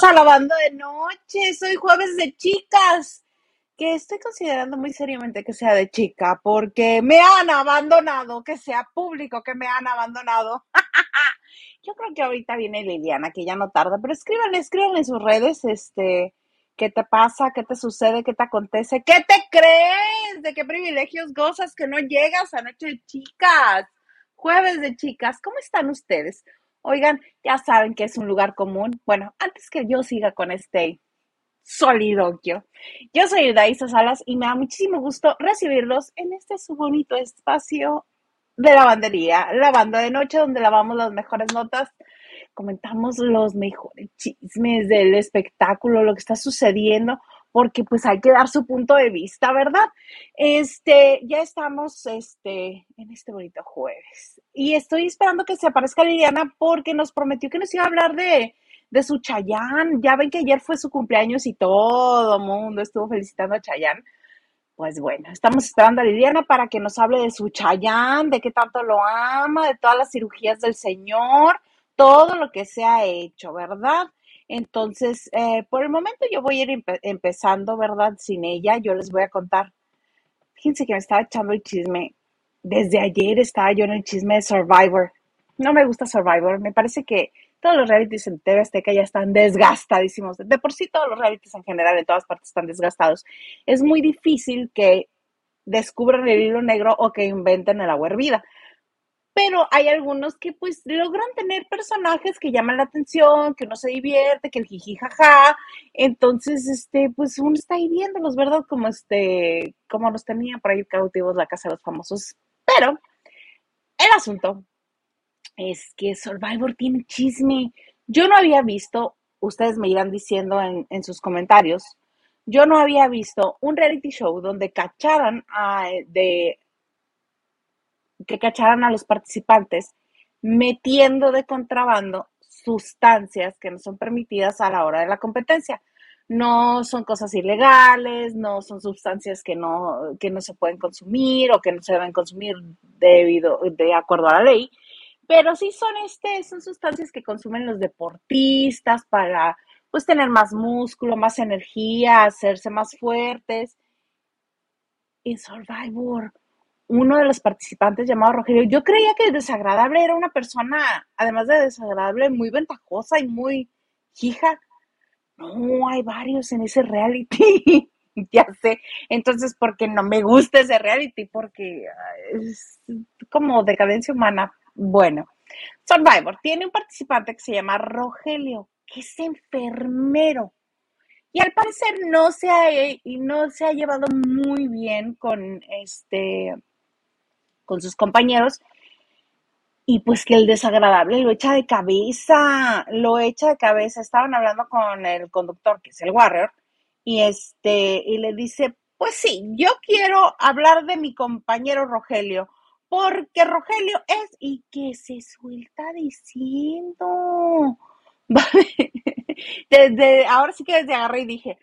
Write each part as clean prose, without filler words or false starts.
a Lavando de Noche. Soy jueves de chicas, que estoy considerando muy seriamente que sea de chica, porque me han abandonado, que sea público que me han abandonado. Yo creo que ahorita viene Liliana, que ya no tarda, pero escríbanle en sus redes, ¿qué te pasa? ¿Qué te sucede? ¿Qué te acontece? ¿Qué te crees? ¿De qué privilegios gozas que no llegas a Noche de Chicas? Jueves de chicas, ¿cómo están ustedes? Oigan, ya saben que es un lugar común. Bueno, antes que yo siga con este soliloquio, yo soy Daisa Salas y me da muchísimo gusto recibirlos en este su bonito espacio de lavandería, lavando de noche, donde lavamos las mejores notas, comentamos los mejores chismes del espectáculo, lo que está sucediendo, porque pues hay que dar su punto de vista, ¿verdad? Ya estamos, en este bonito jueves. Y estoy esperando que se aparezca Liliana porque nos prometió que nos iba a hablar de su Chayanne. Ya ven que ayer fue su cumpleaños y todo el mundo estuvo felicitando a Chayanne. Pues bueno, estamos esperando a Liliana para que nos hable de su Chayanne, de qué tanto lo ama, de todas las cirugías del señor, todo lo que se ha hecho, ¿verdad? Entonces, por el momento yo voy a ir empezando, ¿verdad? Sin ella, yo les voy a contar. Fíjense que me estaba echando el chisme. Desde ayer estaba yo en el chisme de Survivor. No me gusta Survivor. Me parece que todos los realities en TV Azteca ya están desgastadísimos. De por sí todos los realities en general en todas partes están desgastados. Es muy difícil que descubran el hilo negro o que inventen el agua hervida. Pero hay algunos que pues logran tener personajes que llaman la atención, que uno se divierte, que el jiji jaja. Entonces, pues uno está ahí viéndolos, ¿verdad? Como los tenía por ahí cautivos la casa de los famosos. Pero el asunto es que Survivor tiene chisme. Yo no había visto, ustedes me irán diciendo en sus comentarios, yo no había visto un reality show donde cacharan a los participantes metiendo de contrabando sustancias que no son permitidas a la hora de la competencia. No son cosas ilegales, no son sustancias que no se pueden consumir o que no se deben consumir de acuerdo a la ley, pero sí son sustancias que consumen los deportistas para pues tener más músculo, más energía, hacerse más fuertes. En Survivor, uno de los participantes llamado Rogelio, yo creía que el desagradable era una persona, además de desagradable, muy ventajosa y muy hija. No, hay varios en ese reality. Ya sé. Entonces, porque no me gusta ese reality, porque es como decadencia humana. Bueno, Survivor tiene un participante que se llama Rogelio, que es enfermero. Y al parecer no se ha llevado muy bien con sus compañeros, y pues que el desagradable lo echa de cabeza. Estaban hablando con el conductor, que es el Warrior, y le dice, pues sí, yo quiero hablar de mi compañero Rogelio, porque Rogelio es, y que se suelta diciendo, ¿vale? Ahora sí que desde agarré y dije,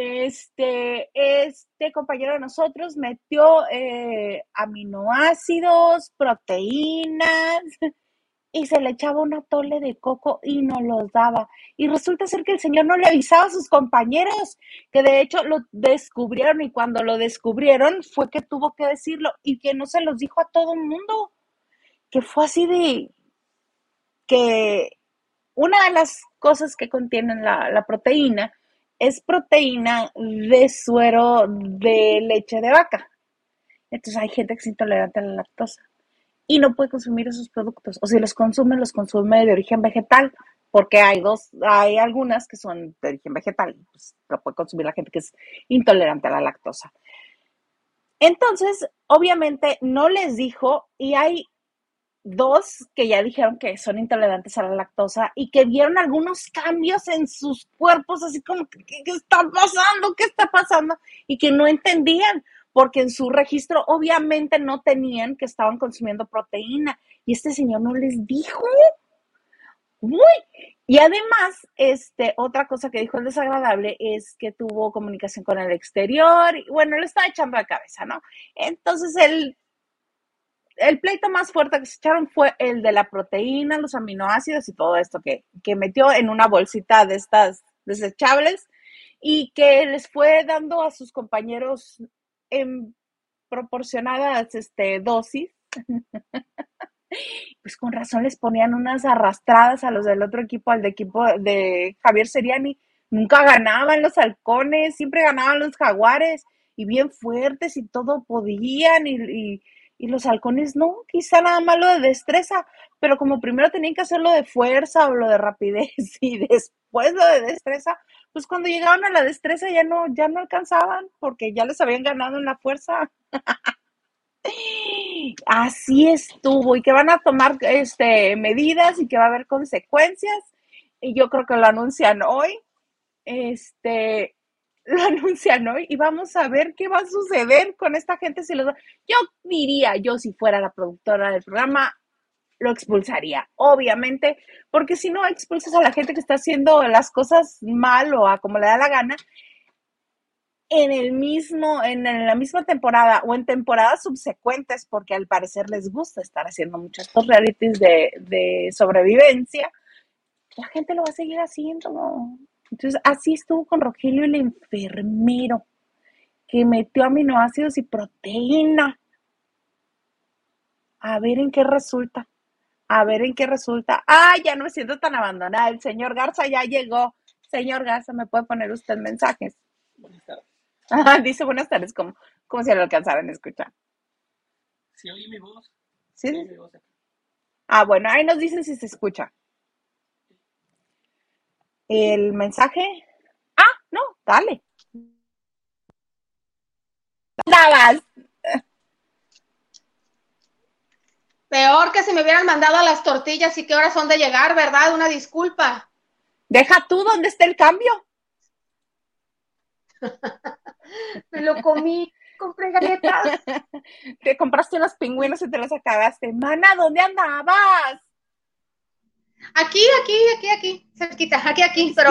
este compañero de nosotros metió aminoácidos, proteínas, y se le echaba un atole de coco y nos los daba. Y resulta ser que el señor no le avisaba a sus compañeros, que de hecho lo descubrieron, y cuando lo descubrieron fue que tuvo que decirlo y que no se los dijo a todo el mundo, que fue así de que una de las cosas que contienen la proteína es proteína de suero de leche de vaca. Entonces hay gente que es intolerante a la lactosa y no puede consumir esos productos. O si los consume de origen vegetal, porque hay algunas que son de origen vegetal, pues lo puede consumir la gente que es intolerante a la lactosa. Entonces, obviamente no les dijo, y hay dos que ya dijeron que son intolerantes a la lactosa y que vieron algunos cambios en sus cuerpos, así como, ¿qué está pasando? ¿Qué está pasando? Y que no entendían, porque en su registro obviamente no tenían que estaban consumiendo proteína, y este señor no les dijo. Uy. Y además, otra cosa que dijo el desagradable es que tuvo comunicación con el exterior, y bueno, le estaba echando la cabeza, ¿no? Entonces el pleito más fuerte que se echaron fue el de la proteína, los aminoácidos y todo esto que metió en una bolsita de estas desechables, y que les fue dando a sus compañeros en proporcionadas dosis. Pues con razón les ponían unas arrastradas a los del otro equipo, al de equipo de Javier Seriani. Nunca ganaban los halcones, siempre ganaban los jaguares, y bien fuertes y todo podían, y los halcones no, quizá nada más lo de destreza, pero como primero tenían que hacer lo de fuerza o lo de rapidez y después lo de destreza, pues cuando llegaban a la destreza ya no alcanzaban porque ya les habían ganado en la fuerza. Así estuvo, y que van a tomar medidas y que va a haber consecuencias, y yo creo que lo anuncian hoy, este, lo anuncian hoy, y vamos a ver qué va a suceder con esta gente. Yo diría, yo si fuera la productora del programa, lo expulsaría, obviamente, porque si no expulsas a la gente que está haciendo las cosas mal o a como le da la gana, en la misma temporada o en temporadas subsecuentes, porque al parecer les gusta estar haciendo muchos estos realities de sobrevivencia, la gente lo va a seguir haciendo. Entonces, así estuvo con Rogelio el enfermero, que metió aminoácidos y proteína. A ver en qué resulta. A ver en qué resulta. Ya no me siento tan abandonada. El señor Garza ya llegó. Señor Garza, ¿me puede poner usted mensajes? Dice buenas tardes, como si lo alcanzaran a escuchar. ¿Sí oí mi voz? ¿Sí? Mi voz acá. Bueno, ahí nos dicen si se escucha. ¿El mensaje? No, dale. ¡Dabas! Peor que si me hubieran mandado a las tortillas y qué horas son de llegar, ¿verdad? Una disculpa. Deja tú, ¿dónde está el cambio? Me lo comí, compré galletas. Te compraste unos pingüinos y te los acabaste. Mana, ¿dónde andabas? Aquí, cerquita, aquí, pero...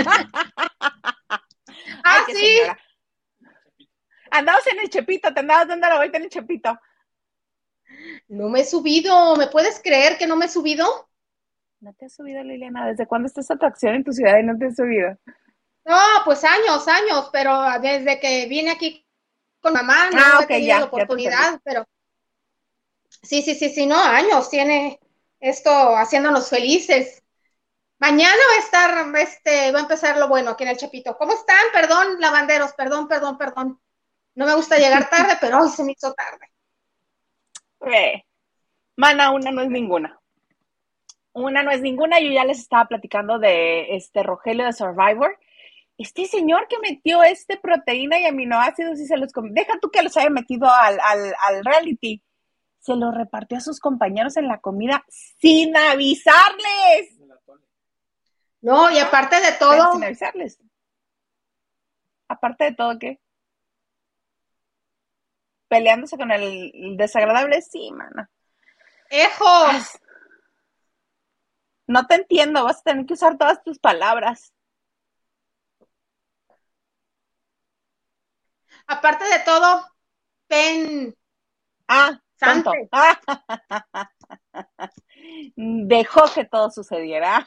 Ay, qué sí. Señora. Andabas en el Chepito, te andabas dando la vuelta en el Chepito. No me he subido, ¿me puedes creer que no me he subido? No te has subido, Liliana. ¿Desde cuándo está esta atracción en tu ciudad y no te has subido? No, pues años, pero desde que vine aquí con mamá no he tenido la oportunidad, pero sí, no, años tiene esto haciéndonos felices. Mañana va a estar, va a empezar lo bueno aquí en el Chepito. ¿Cómo están? Perdón, lavanderos, perdón. No me gusta llegar tarde, pero hoy se me hizo tarde. Mana, una no es ninguna. Yo ya les estaba platicando de Rogelio de Survivor. Este señor que metió proteína y aminoácidos y se los deja tú que los haya metido al reality, se lo repartió a sus compañeros en la comida sin avisarles. No, y aparte de todo. Sin avisarles. Aparte de todo, ¿qué? Peleándose con el desagradable, sí, mana. ¡Ejos! No te entiendo, vas a tener que usar todas tus palabras. Aparte de todo, pen. Tonto. Dejó que todo sucediera.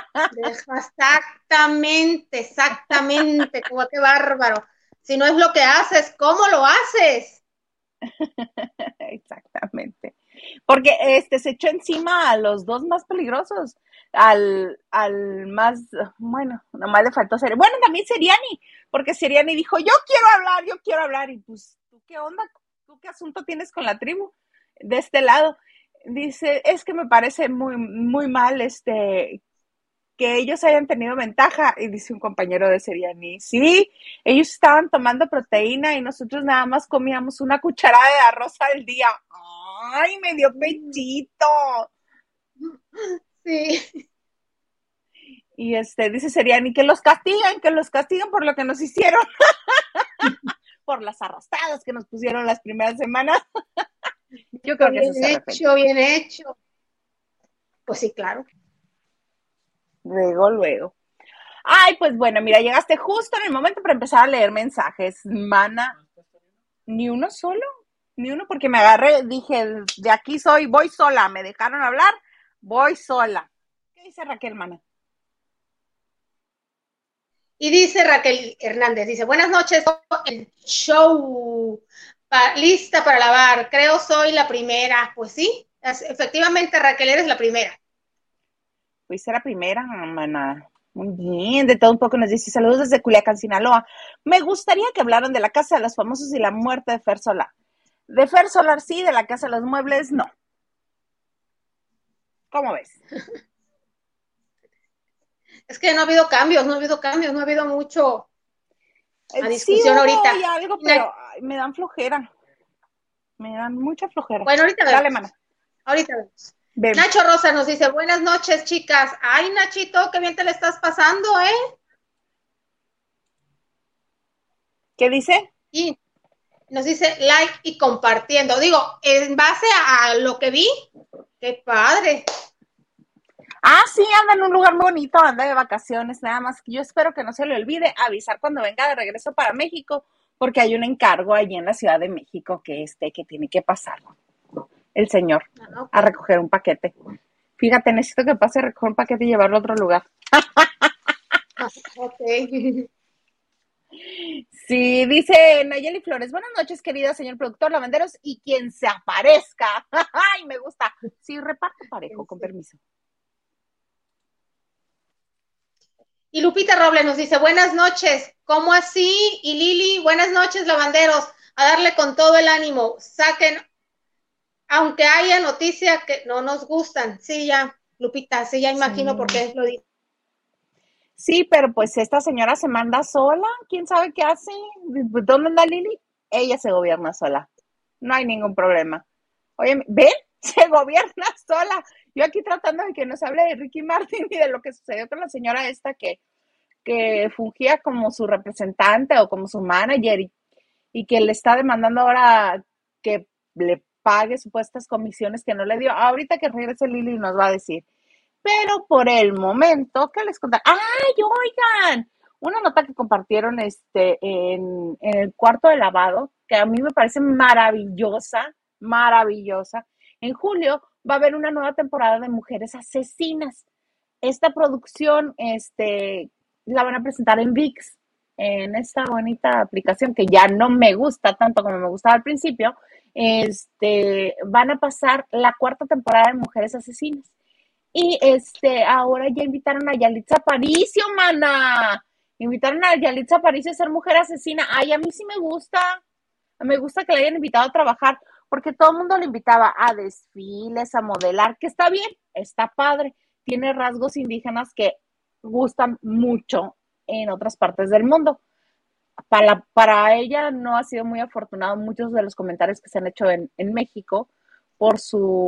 Exactamente, como qué bárbaro. Si no es lo que haces, ¿cómo lo haces? Exactamente. Porque se echó encima a los dos más peligrosos, al más, bueno, nomás le faltó Seriani. Bueno, también Seriani, porque Seriani dijo, yo quiero hablar, y pues, ¿tú qué onda? ¿Tú qué asunto tienes con la tribu de este lado? Dice, es que me parece muy, muy mal que ellos hayan tenido ventaja, y dice un compañero de Seriani, sí, ellos estaban tomando proteína y nosotros nada más comíamos una cucharada de arroz al día. ¡Ay, me dio pechito! Sí. Y dice Seriani, que los castigan por lo que nos hicieron. Por las arrastradas que nos pusieron las primeras semanas. Yo creo que bien hecho. Pues sí, claro. Luego. Ay, pues bueno, mira, llegaste justo en el momento para empezar a leer mensajes. Mana, ¿ni uno solo? Ni uno, porque me agarré, dije, de aquí voy sola. Me dejaron hablar, voy sola. ¿Qué dice Raquel, mana? Y dice Raquel Hernández, dice, buenas noches, el show, lista para lavar, creo soy la primera. Pues sí, efectivamente, Raquel, eres la primera. Pues era primera, mana. Muy bien, de todo un poco nos dice, saludos desde Culiacán, Sinaloa. Me gustaría que hablaran de la Casa de los Famosos y la muerte de Fer Solar. De Fer Solar sí, de la Casa de los Muebles no. ¿Cómo ves? Es que no ha habido cambios, no ha habido mucho a discusión sí, ahorita. Y algo, pero me dan flojera. Me dan mucha flojera. Bueno, ahorita vemos. Dale, mana. Ahorita vemos. Nacho Rosa nos dice, buenas noches, chicas. Ay, Nachito, qué bien te le estás pasando, ¿eh? ¿Qué dice? Y nos dice like y compartiendo. Digo, en base a lo que vi, qué padre. Ah, sí, anda en un lugar bonito, anda de vacaciones, nada más. Yo espero que no se le olvide avisar cuando venga de regreso para México, porque hay un encargo allí en la Ciudad de México que tiene que pasar el señor a recoger un paquete. Fíjate, necesito que pase a recoger un paquete y llevarlo a otro lugar. Ok. Sí, dice Nayeli Flores, buenas noches, querido señor productor Lavanderos, y quien se aparezca. Ay, me gusta. Sí, reparto parejo, con permiso. Y Lupita Robles nos dice, buenas noches, ¿cómo así? Y Lili, buenas noches, lavanderos, a darle con todo el ánimo, saquen, aunque haya noticias que no nos gustan. Sí, ya, Lupita, sí, ya imagino por qué lo dice. Sí, pero pues esta señora se manda sola, ¿quién sabe qué hace? ¿Dónde anda Lili? Ella se gobierna sola, no hay ningún problema. Oye, ¿ven? Se gobierna sola. Yo aquí tratando de que nos hable de Ricky Martin y de lo que sucedió con la señora esta que fungía como su representante o como su manager y que le está demandando ahora que le pague supuestas comisiones que no le dio. Ahorita que regrese Lili nos va a decir. Pero por el momento, ¿qué les contaré? ¡Ay, oigan! Una nota que compartieron en el cuarto de lavado, que a mí me parece maravillosa, maravillosa. En julio va a haber una nueva temporada de Mujeres Asesinas. Esta producción, la van a presentar en VIX, en esta bonita aplicación que ya no me gusta tanto como me gustaba al principio. Van a pasar la cuarta temporada de Mujeres Asesinas. Y ahora ya invitaron a Yalitza Aparicio, mana. Invitaron a Yalitza Aparicio a ser mujer asesina. Ay, a mí sí me gusta. Me gusta que le hayan invitado a trabajar, porque todo el mundo le invitaba a desfiles, a modelar, que está bien, está padre. Tiene rasgos indígenas que gustan mucho en otras partes del mundo. Para ella no ha sido muy afortunado muchos de los comentarios que se han hecho en México por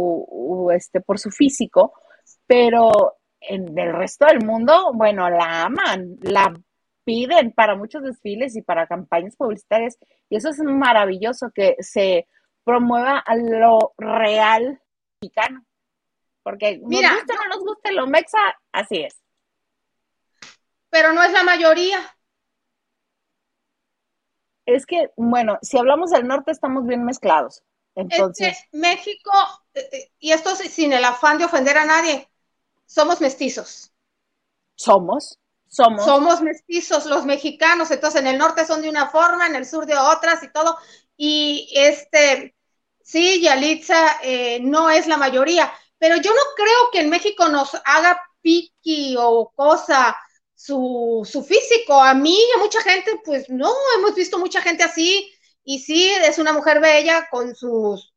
por su físico, pero en el resto del mundo, bueno, la aman, la piden para muchos desfiles y para campañas publicitarias, y eso es maravilloso, que se promueva a lo real mexicano, porque nos gusta o no nos gusta lo mexa, así es. Pero no es la mayoría. Es que, bueno, si hablamos del norte estamos bien mezclados. Entonces, es que México, y esto sin el afán de ofender a nadie, somos mestizos. Somos mestizos los mexicanos, entonces en el norte son de una forma, en el sur de otras y todo, y sí, Yalitza no es la mayoría, pero yo no creo que en México nos haga piqui o cosa su físico. A mí y a mucha gente, pues no, hemos visto mucha gente así, y sí, es una mujer bella con sus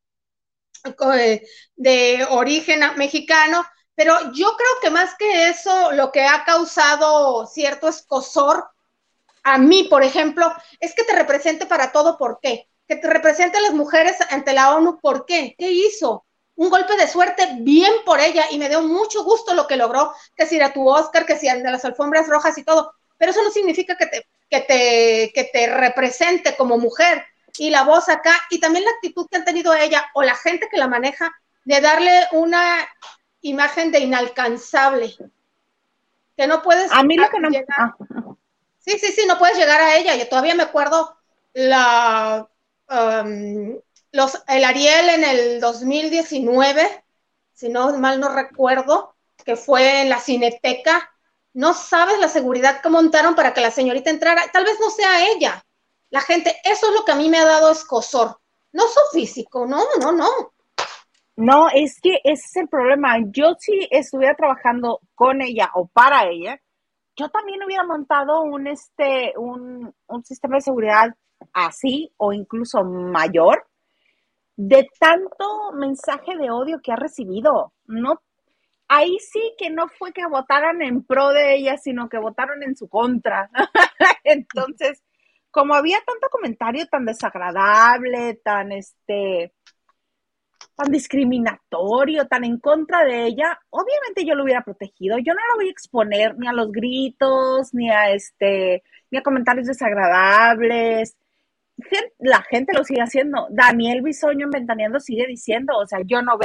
de origen mexicano, pero yo creo que más que eso, lo que ha causado cierto escozor a mí, por ejemplo, es que te represente para todo. ¿Por qué? Que te represente a las mujeres ante la ONU. ¿Por qué? ¿Qué hizo? Un golpe de suerte, bien por ella, y me dio mucho gusto lo que logró, que si era tu Oscar, que si de las alfombras rojas y todo, pero eso no significa que te represente como mujer. Y la voz acá, y también la actitud que han tenido ella o la gente que la maneja, de darle una imagen de inalcanzable, que no puedes a mí lo que no llegar. Sí, no puedes llegar a ella. Yo todavía me acuerdo el Ariel en el 2019, si no mal no recuerdo, que fue en la Cineteca, No sabes la seguridad que montaron para que la señorita entrara. Tal vez no sea ella. La gente, eso es lo que a mí me ha dado escozor. No su físico, no. No, es que ese es el problema. Yo si estuviera trabajando con ella o para ella, yo también hubiera montado un sistema de seguridad así o incluso mayor de tanto mensaje de odio que ha recibido. No, ahí sí que no fue que votaran en pro de ella, sino que votaron en su contra. Entonces, como había tanto comentario tan desagradable, tan discriminatorio, tan en contra de ella, obviamente yo lo hubiera protegido. Yo no la voy a exponer ni a los gritos, ni a comentarios desagradables. La gente lo sigue haciendo. Daniel Bisoño en Ventaneando sigue diciendo, o sea, yo no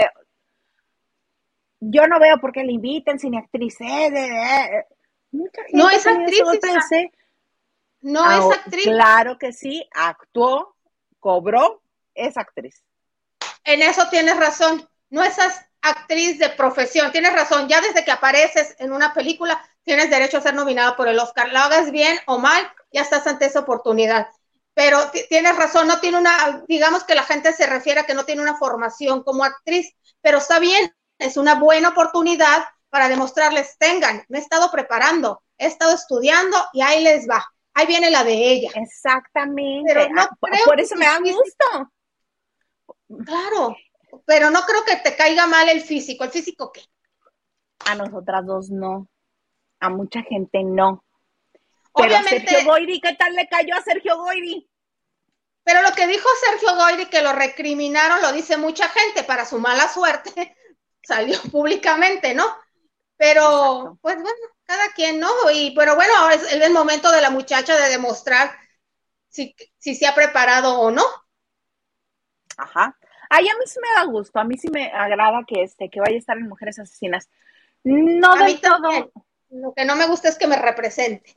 veo por qué le inviten, sin actriz. Mucha gente no es actriz. No es actriz. Claro que sí, actuó, cobró, es actriz. En eso tienes razón. No es actriz de profesión. Tienes razón. Ya desde que apareces en una película, tienes derecho a ser nominada por el Oscar. Lo hagas bien o mal, ya estás ante esa oportunidad. Pero tienes razón, no tiene digamos que la gente se refiere a que no tiene una formación como actriz, pero está bien, es una buena oportunidad para demostrarles, me he estado preparando, he estado estudiando y ahí les va. Ahí viene la de ella. Exactamente. Pero no por eso me da gusto. Claro, pero no creo que te caiga mal el físico. ¿El físico qué? A nosotras dos no. A mucha gente no. Pero obviamente, Sergio Goyri, ¿qué tal le cayó a Sergio Goyri? Pero lo que dijo Sergio Goyri, que lo recriminaron, lo dice mucha gente, para su mala suerte, salió públicamente, ¿no? Pero, exacto, pues bueno, cada quien, ¿no? Pero bueno, ahora es el momento de la muchacha de demostrar si se ha preparado o no. Ajá. Ay, a mí sí me da gusto, a mí sí me agrada que vaya a estar en Mujeres Asesinas. No a del todo. También. Lo que no me gusta es que me represente.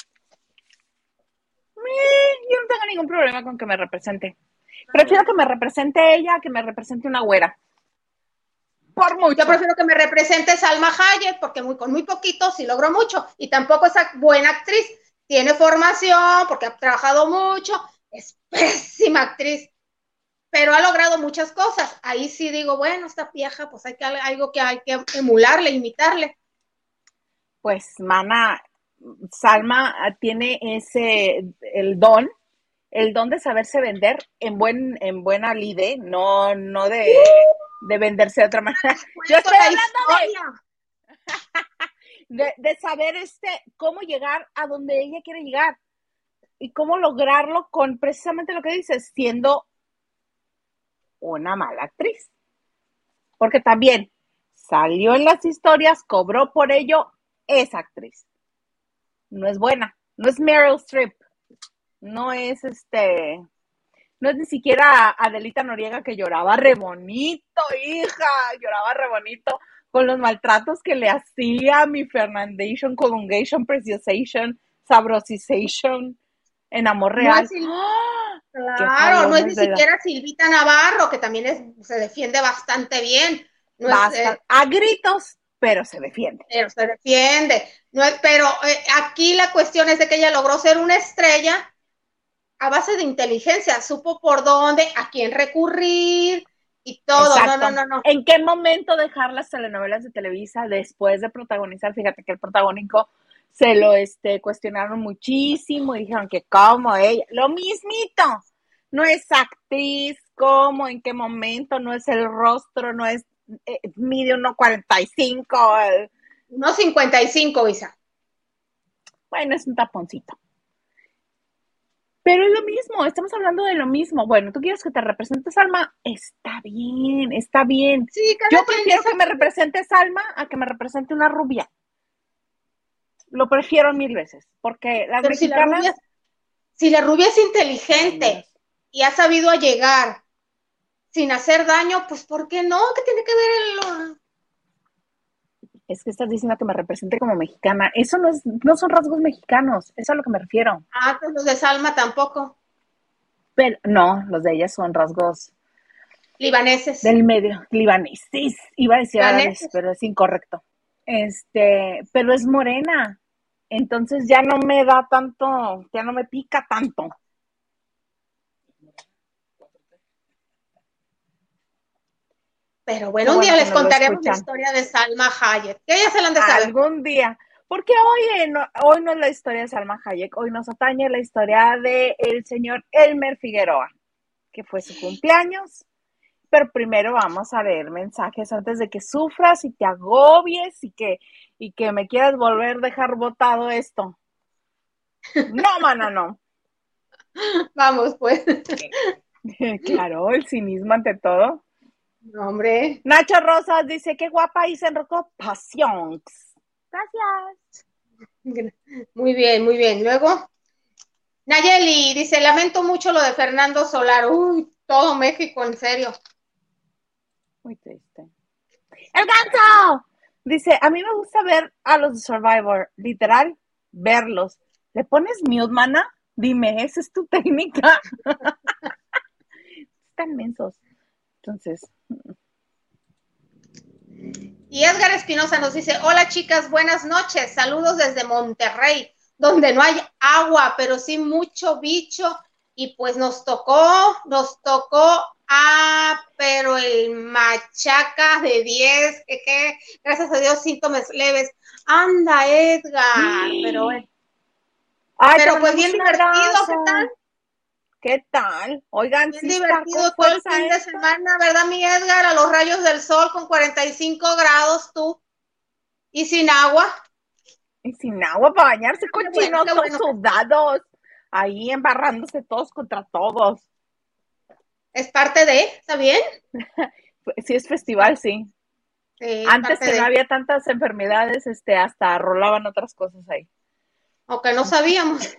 Yo no tengo ningún problema con que me represente. Prefiero que me represente ella que me represente una güera. Por mucho. Yo prefiero que me represente Salma Hayek, porque con muy poquito sí logró mucho. Y tampoco es buena actriz. Tiene formación, porque ha trabajado mucho. Es pésima actriz. Pero ha logrado muchas cosas. Ahí sí digo, bueno, esta vieja, pues hay que emularle, imitarle. Pues, mana, Salma tiene el don de saberse vender en buena lide, no de venderse de otra manera. Yo estoy hablando de saber cómo llegar a donde ella quiere llegar y cómo lograrlo con precisamente lo que dices, siendo una mala actriz. Porque también salió en las historias, cobró por ello, es actriz. No es buena, no es Meryl Streep, no es no es ni siquiera Adelita Noriega, que lloraba re bonito, hija, lloraba re bonito con los maltratos que le hacía mi Fernandation, Colungation, Preciosation, Sabrosization en Amor Real. Claro, no es ni siquiera Silvita Navarro, que también se defiende bastante bien. A gritos, pero se defiende. Pero aquí la cuestión es de que ella logró ser una estrella a base de inteligencia, supo por dónde, a quién recurrir y todo. Exacto. No. ¿En qué momento dejar las telenovelas de Televisa después de protagonizar? Fíjate que el protagónico se lo cuestionaron muchísimo y dijeron que cómo ella, lo mismito, no es actriz, cómo, en qué momento, no es el rostro, no es, mide 1.45. 1.55, Isa. Bueno, es un taponcito. Pero es lo mismo, estamos hablando de lo mismo. Bueno, tú quieres que te represente Salma, está bien, está bien. Sí, yo prefiero que me represente Salma a que me represente una rubia. Lo prefiero 1000 veces, porque las mexicanas... Si la rubia es inteligente y ha sabido llegar sin hacer daño, pues ¿por qué no? ¿Qué tiene que ver Es que estás diciendo que me represente como mexicana. Eso no son rasgos mexicanos, eso es a lo que me refiero. Ah, pues los de Salma tampoco. Pero no, los de ella son rasgos... libaneses. Del medio, libaneses. Iba a decir árabes, pero es incorrecto. Pero es morena. entonces ya no me da tanto, ya no me pica tanto. Pero bueno, un día que les contaremos la historia de Salma Hayek, que ellas se la han de saber. Algún día, porque hoy no es la historia de Salma Hayek, hoy nos atañe la historia del señor Elmer Figueroa, que fue su cumpleaños. Pero primero vamos a leer mensajes antes de que sufras y te agobies y que me quieras volver a dejar botado esto. No, mana, no. Vamos, pues. Claro, el cinismo ante todo. No, hombre. Nacho Rosas dice, qué guapa y se enrocó pasión. Gracias. Muy bien, muy bien. Luego, Nayeli dice, lamento mucho lo de Fernando Solar. Uy, todo México, en serio. Muy triste. ¡El ganso! Dice, a mí me gusta ver a los de Survivor, literal, verlos. ¿Le pones mute, mana? Dime, ¿esa es tu técnica? Están mensos. Entonces. Y Edgar Espinosa nos dice, hola chicas, buenas noches, saludos desde Monterrey, donde no hay agua, pero sí mucho bicho, y pues nos tocó, pero el machaca de 10, que gracias a Dios síntomas leves. Anda, Edgar, pero bueno. Ay, pero pues bien divertido, ¿qué tal? ¿Qué tal? Oigan, bien divertido todo el fin de semana, ¿verdad, mi Edgar? A los rayos del sol con 45 grados tú, y sin agua. Y sin agua para bañarse, cochinos, todos sudados, ahí embarrándose todos contra todos. Es parte de, ¿está bien? Sí, es festival, sí. Antes que no había tantas enfermedades, hasta rolaban otras cosas ahí. Aunque no sabíamos.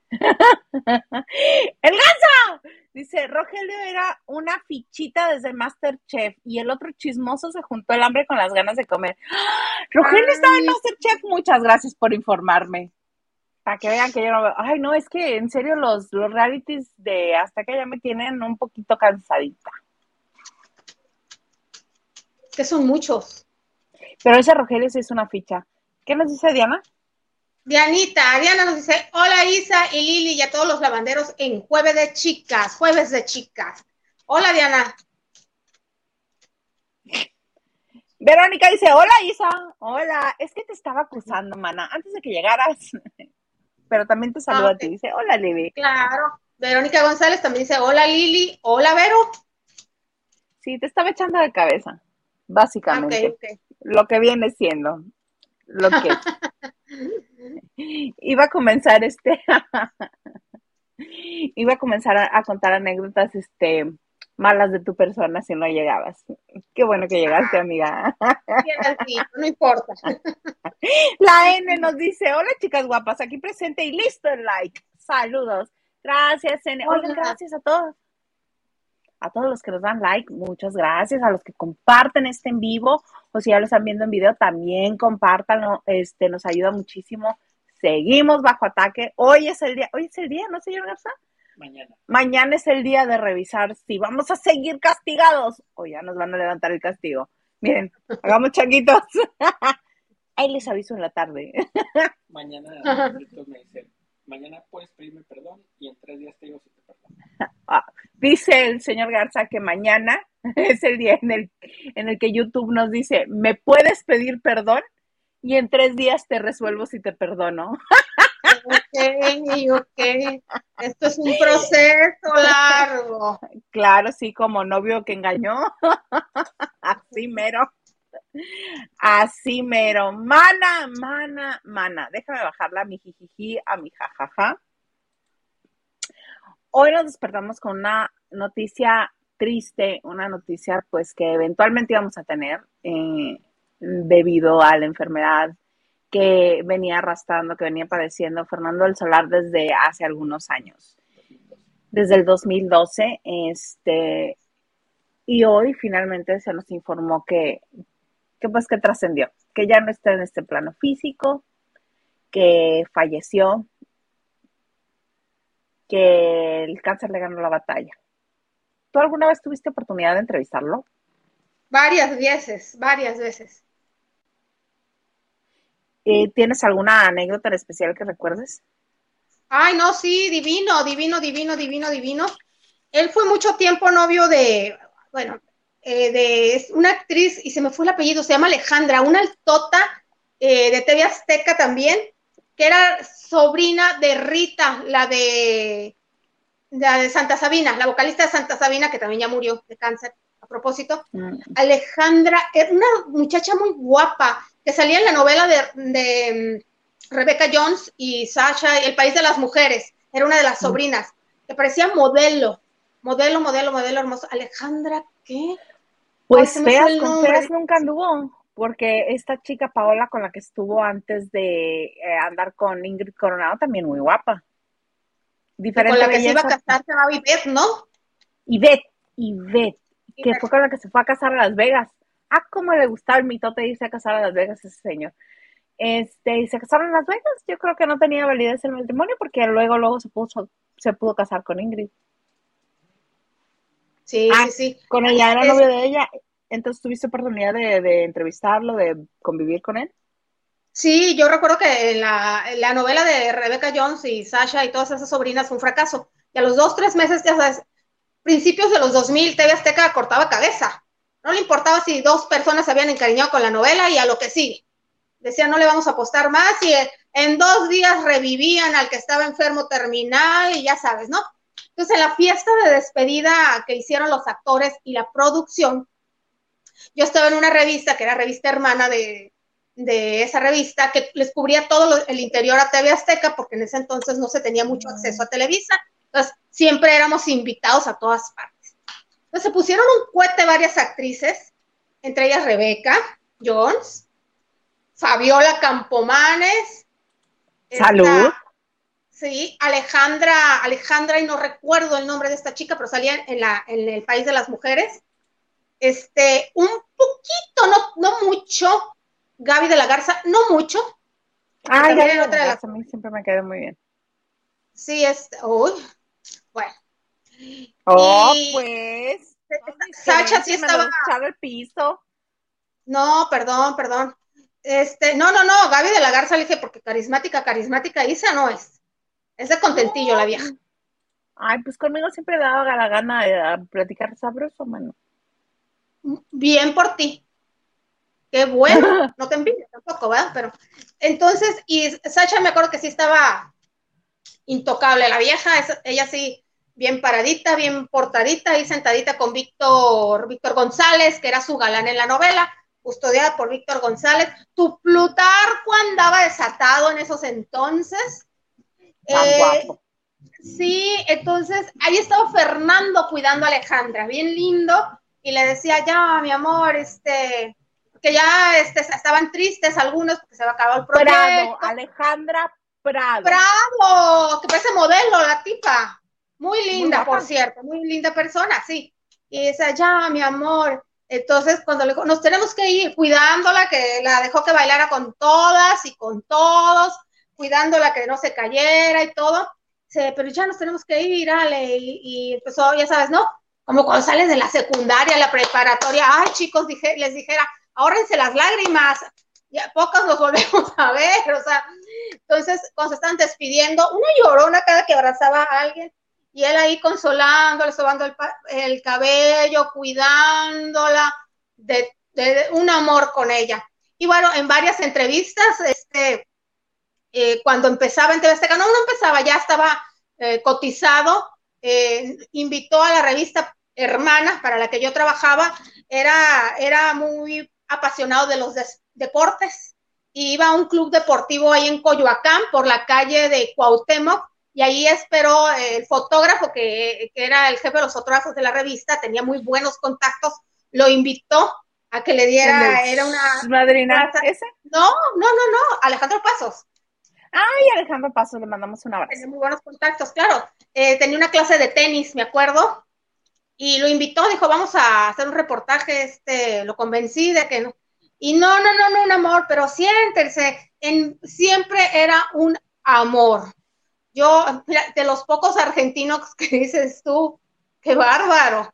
¡El ganso! Dice, Rogelio era una fichita desde MasterChef y el otro chismoso se juntó el hambre con las ganas de comer. ¡Ah! Rogelio estaba en MasterChef, muchas gracias por informarme. Para que vean que yo no veo. Ay, no, es que en serio los realities de hasta que ya me tienen un poquito cansadita. Que son muchos. Pero ese Rogelio sí es una ficha. ¿Qué nos dice Diana? Diana nos dice, hola Isa y Lili y a todos los lavanderos en jueves de chicas. Hola Diana. Verónica dice, hola Isa, hola, es que te estaba acusando, mana, antes de que llegaras, pero también te saluda a ti, dice, hola Lili. Claro, Verónica González también dice, hola Lili, hola Vero. Sí, te estaba echando de cabeza, básicamente, lo que viene siendo, lo que iba a comenzar iba a comenzar a contar anécdotas, malas de tu persona si no llegabas. Qué bueno que llegaste, amiga. No importa. La N nos dice, hola chicas guapas, aquí presente y listo el like. Saludos. Gracias, N. Oigan, gracias a todos. A todos los que nos dan like, muchas gracias. A los que comparten este en vivo, o si ya lo están viendo en video, también compártanlo. Nos ayuda muchísimo. Seguimos bajo ataque. Hoy es el día, ¿no, señor Garza? Mañana es el día de revisar si vamos a seguir castigados o ya nos van a levantar el castigo. Miren, hagamos changuitos. Ahí les aviso en la tarde. Mañana me dice, mañana puedes pedirme perdón y en 3 días te digo si te perdono. Dice el señor Garza que mañana es el día en el que YouTube nos dice, ¿me puedes pedir perdón? Y en 3 días te resuelvo si te perdono. Ok. Esto es un proceso largo. Claro, sí, como novio que engañó. Así mero. Así mero. Mana. Déjame bajarla a mi jijiji, a mi jajaja. Hoy nos despertamos con una noticia triste, una noticia pues que eventualmente íbamos a tener debido a la enfermedad que venía arrastrando, que venía padeciendo Fernando del Solar desde hace algunos años. Desde el 2012, y hoy finalmente se nos informó que trascendió, que ya no está en este plano físico, que falleció, que el cáncer le ganó la batalla. ¿Tú alguna vez tuviste oportunidad de entrevistarlo? Varias veces. ¿Tienes alguna anécdota en especial que recuerdes? Ay, no, sí, divino, divino, divino, divino, divino. Él fue mucho tiempo novio de, bueno, de una actriz, y se me fue el apellido, se llama Alejandra, una altota de TV Azteca también, que era sobrina de Rita, la de Santa Sabina, la vocalista de Santa Sabina, que también ya murió de cáncer, a propósito. Alejandra era una muchacha muy guapa, que salía en la novela de Rebecca Jones y Sasha, El País de las Mujeres, era una de las sobrinas, que parecía modelo hermoso. Alejandra, ¿qué? Pues feas, con feas nunca anduvo, porque esta chica Paola con la que estuvo antes de andar con Ingrid Coronado, también muy guapa. Diferente. Y con la que se iba a casar se va a Ivette, ¿no? Ivette, que fue con la que se fue a casar a Las Vegas. Ah, cómo le gustaba el mitote de irse a casar a Las Vegas ese señor. Y se casaron en Las Vegas. Yo creo que no tenía validez el matrimonio porque luego se pudo casar con Ingrid. Sí, sí. Con ella, era novio de ella. Entonces, ¿tuviste oportunidad de entrevistarlo, de convivir con él? Sí, yo recuerdo que la novela de Rebecca Jones y Sasha y todas esas sobrinas fue un fracaso. Y a los 2-3 meses, ya sabes, principios de los 2000, TV Azteca cortaba cabeza. No le importaba si 2 personas se habían encariñado con la novela y a lo que sigue. Decían, no le vamos a apostar más, y en 2 días revivían al que estaba enfermo terminal y ya sabes, ¿no? Entonces, en la fiesta de despedida que hicieron los actores y la producción, yo estaba en una revista, que era revista hermana de esa revista, que les cubría todo el interior a TV Azteca, porque en ese entonces no se tenía mucho acceso a Televisa, entonces siempre éramos invitados a todas partes. Entonces se pusieron un cohete varias actrices, entre ellas Rebecca Jones, Fabiola Campomanes, Salud. Sí, Alejandra, y no recuerdo el nombre de esta chica, pero salía en El País de las Mujeres. Un poquito, no mucho, Gaby de la Garza, no mucho. Gaby de la Garza, a mí siempre me quedó muy bien. Sí, bueno. Pues. Sacha sí estaba. El piso. No, perdón. No, Gaby de la Garza le dije, porque carismática Isa no es. Es de contentillo la vieja. Ay, pues conmigo siempre daba la gana de platicar sabroso, mano. Bien por ti. Qué bueno. No te envidio tampoco, ¿verdad? Pero entonces, y Sacha me acuerdo que sí estaba intocable la vieja, ella sí, bien paradita, bien portadita y sentadita con Víctor González, que era su galán en la novela, custodiada por Víctor González. Tu Plutarco andaba desatado en esos entonces. Guapo. Sí, entonces ahí estaba Fernando cuidando a Alejandra, bien lindo, y le decía, ya, mi amor, que ya estaban tristes algunos porque se había acabado el proyecto. Prado, Alejandra Prado, que parece modelo la tipa, muy linda, por cierto, muy linda persona, sí. Y dice, ya, mi amor. Entonces, cuando le dijo, nos tenemos que ir, cuidándola, que la dejó que bailara con todas y con todos, cuidándola que no se cayera y todo. Dice, pero ya nos tenemos que ir, Ale. Y empezó, ya sabes, ¿no? Como cuando sales de la secundaria, la preparatoria, ay, chicos, les dijera, ahórrense las lágrimas, ya pocos los volvemos a ver, o sea. Entonces, cuando se están despidiendo, una llorona cada que abrazaba a alguien, y él ahí consolándola, sobando el cabello, cuidándola, de un amor con ella. Y bueno, en varias entrevistas, cuando empezaba en TV Azteca, no empezaba, ya estaba cotizado, invitó a la revista Hermana, para la que yo trabajaba, era muy apasionado de los deportes, y iba a un club deportivo ahí en Coyoacán, por la calle de Cuauhtémoc, y ahí esperó el fotógrafo, que era el jefe de los fotógrafos de la revista, tenía muy buenos contactos, lo invitó a que le diera, era una... ¿Madrina ese? No, Alejandro Pasos. Ay, Alejandro Pasos, le mandamos un abrazo. Tenía muy buenos contactos, claro. Tenía una clase de tenis, me acuerdo, y lo invitó, dijo, vamos a hacer un reportaje, lo convencí de que no. Y no, un amor, pero siéntense, siempre era un amor. Yo, mira, de los pocos argentinos que dices tú, qué bárbaro,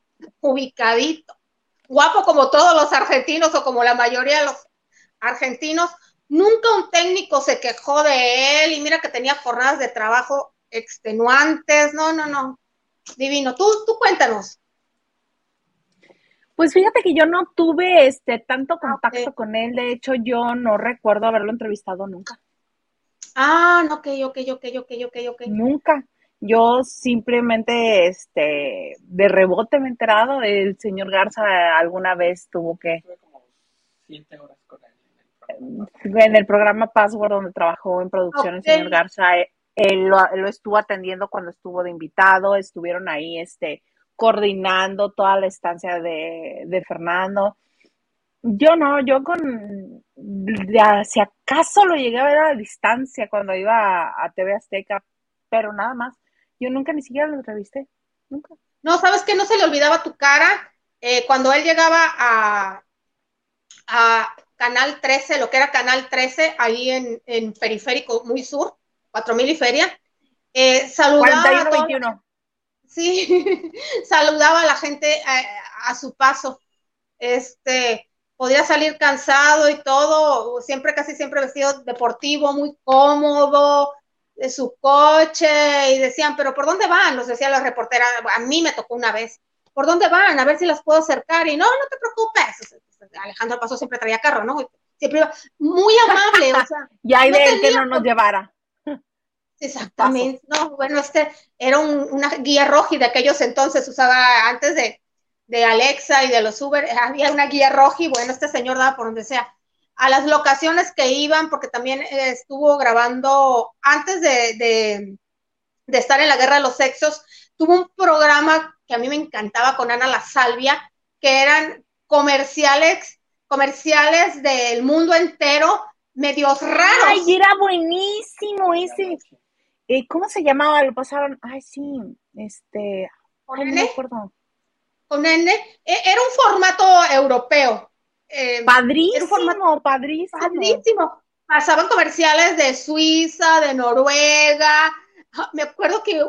ubicadito, guapo como todos los argentinos, o como la mayoría de los argentinos, Nunca un técnico se quejó de él y mira que tenía jornadas de trabajo extenuantes. No. Divino. Tú cuéntanos. Pues fíjate que yo no tuve tanto contacto con él. De hecho, yo no recuerdo haberlo entrevistado nunca. No, ok. Nunca. Yo simplemente, de rebote me he enterado. El señor Garza alguna vez tuvo que... Estuve como 7 horas con él en el programa Password, donde trabajó en producción el señor Garza. Él lo estuvo atendiendo cuando estuvo de invitado. Estuvieron ahí, coordinando toda la estancia de Fernando. Yo no, si acaso lo llegué a ver a la distancia cuando iba a TV Azteca, pero nada más. Yo nunca ni siquiera lo entrevisté, nunca. No, ¿sabes qué? No se le olvidaba tu cara cuando él llegaba a Canal 13, lo que era Canal 13, ahí en Periférico Muy Sur, 4000 y Feria. Saludaba 41-21. Sí, saludaba a la gente a su paso. Podía salir cansado y todo, casi siempre vestido deportivo, muy cómodo, de su coche, y decían, pero ¿por dónde van? Nos decía la reportera, a mí me tocó una vez, ¿por dónde van? A ver si las puedo acercar, y no te preocupes. Alejandro Paso siempre traía carro, ¿no? Siempre iba muy amable, o sea. Y hay de él que no nos llevara. Exactamente, no, bueno, era una guía roji de aquellos entonces, usaba antes de Alexa y de los Uber, había una guía roji, bueno, este señor daba por donde sea, a las locaciones que iban, porque también estuvo grabando, antes de estar en la Guerra de los Sexos, tuvo un programa que a mí me encantaba con Ana La Salvia, que eran comerciales del mundo entero, medios raros. Ay, era buenísimo ese. ¿Cómo se llamaba? Lo pasaron. Ay, sí. ¿Con N? N? No me acuerdo. Con N. Era un formato europeo. Padrísimo. Padrísimo. Pasaban comerciales de Suiza, de Noruega. Me acuerdo que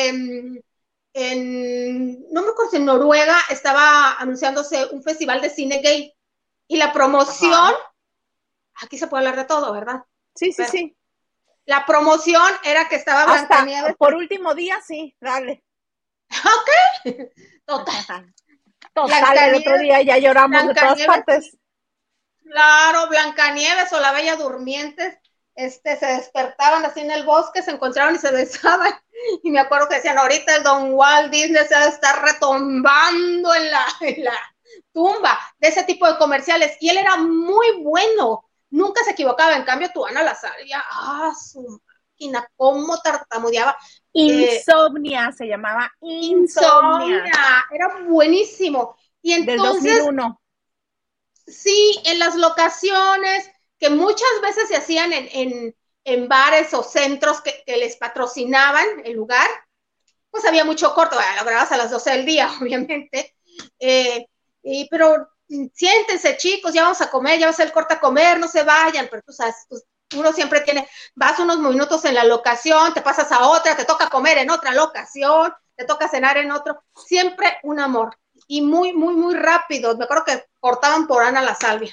no me acuerdo si en Noruega estaba anunciándose un festival de cine gay. Y la promoción, aquí se puede hablar de todo, ¿verdad? Sí, sí. La promoción era que estaba Blancanieves. Por último día, sí, dale. Ok. Total, el otro día ya lloramos de todas partes. Claro, Blancanieves o la Bella Durmiente, se despertaban así en el bosque, se encontraron y se besaban. Y me acuerdo que decían, ahorita el don Walt Disney se va a estar retumbando en la tumba de ese tipo de comerciales. Y él era muy bueno, nunca se equivocaba. En cambio, tu Ana La Salvia, su máquina, cómo tartamudeaba. Insomnia se llamaba. Insomnia. Era buenísimo. Y entonces, del 2001. Sí, en las locaciones que muchas veces se hacían en bares o centros que les patrocinaban el lugar, pues había mucho corto, lo grababas a las 12 del día, obviamente, pero siéntense chicos, ya vamos a comer, ya va a ser el corte a comer, no se vayan, pero tú sabes, uno siempre vas unos minutos en la locación, te pasas a otra, te toca comer en otra locación, te toca cenar en otro, siempre un amor. Y muy, muy, muy rápido. Me acuerdo que cortaban por Ana La Salvia.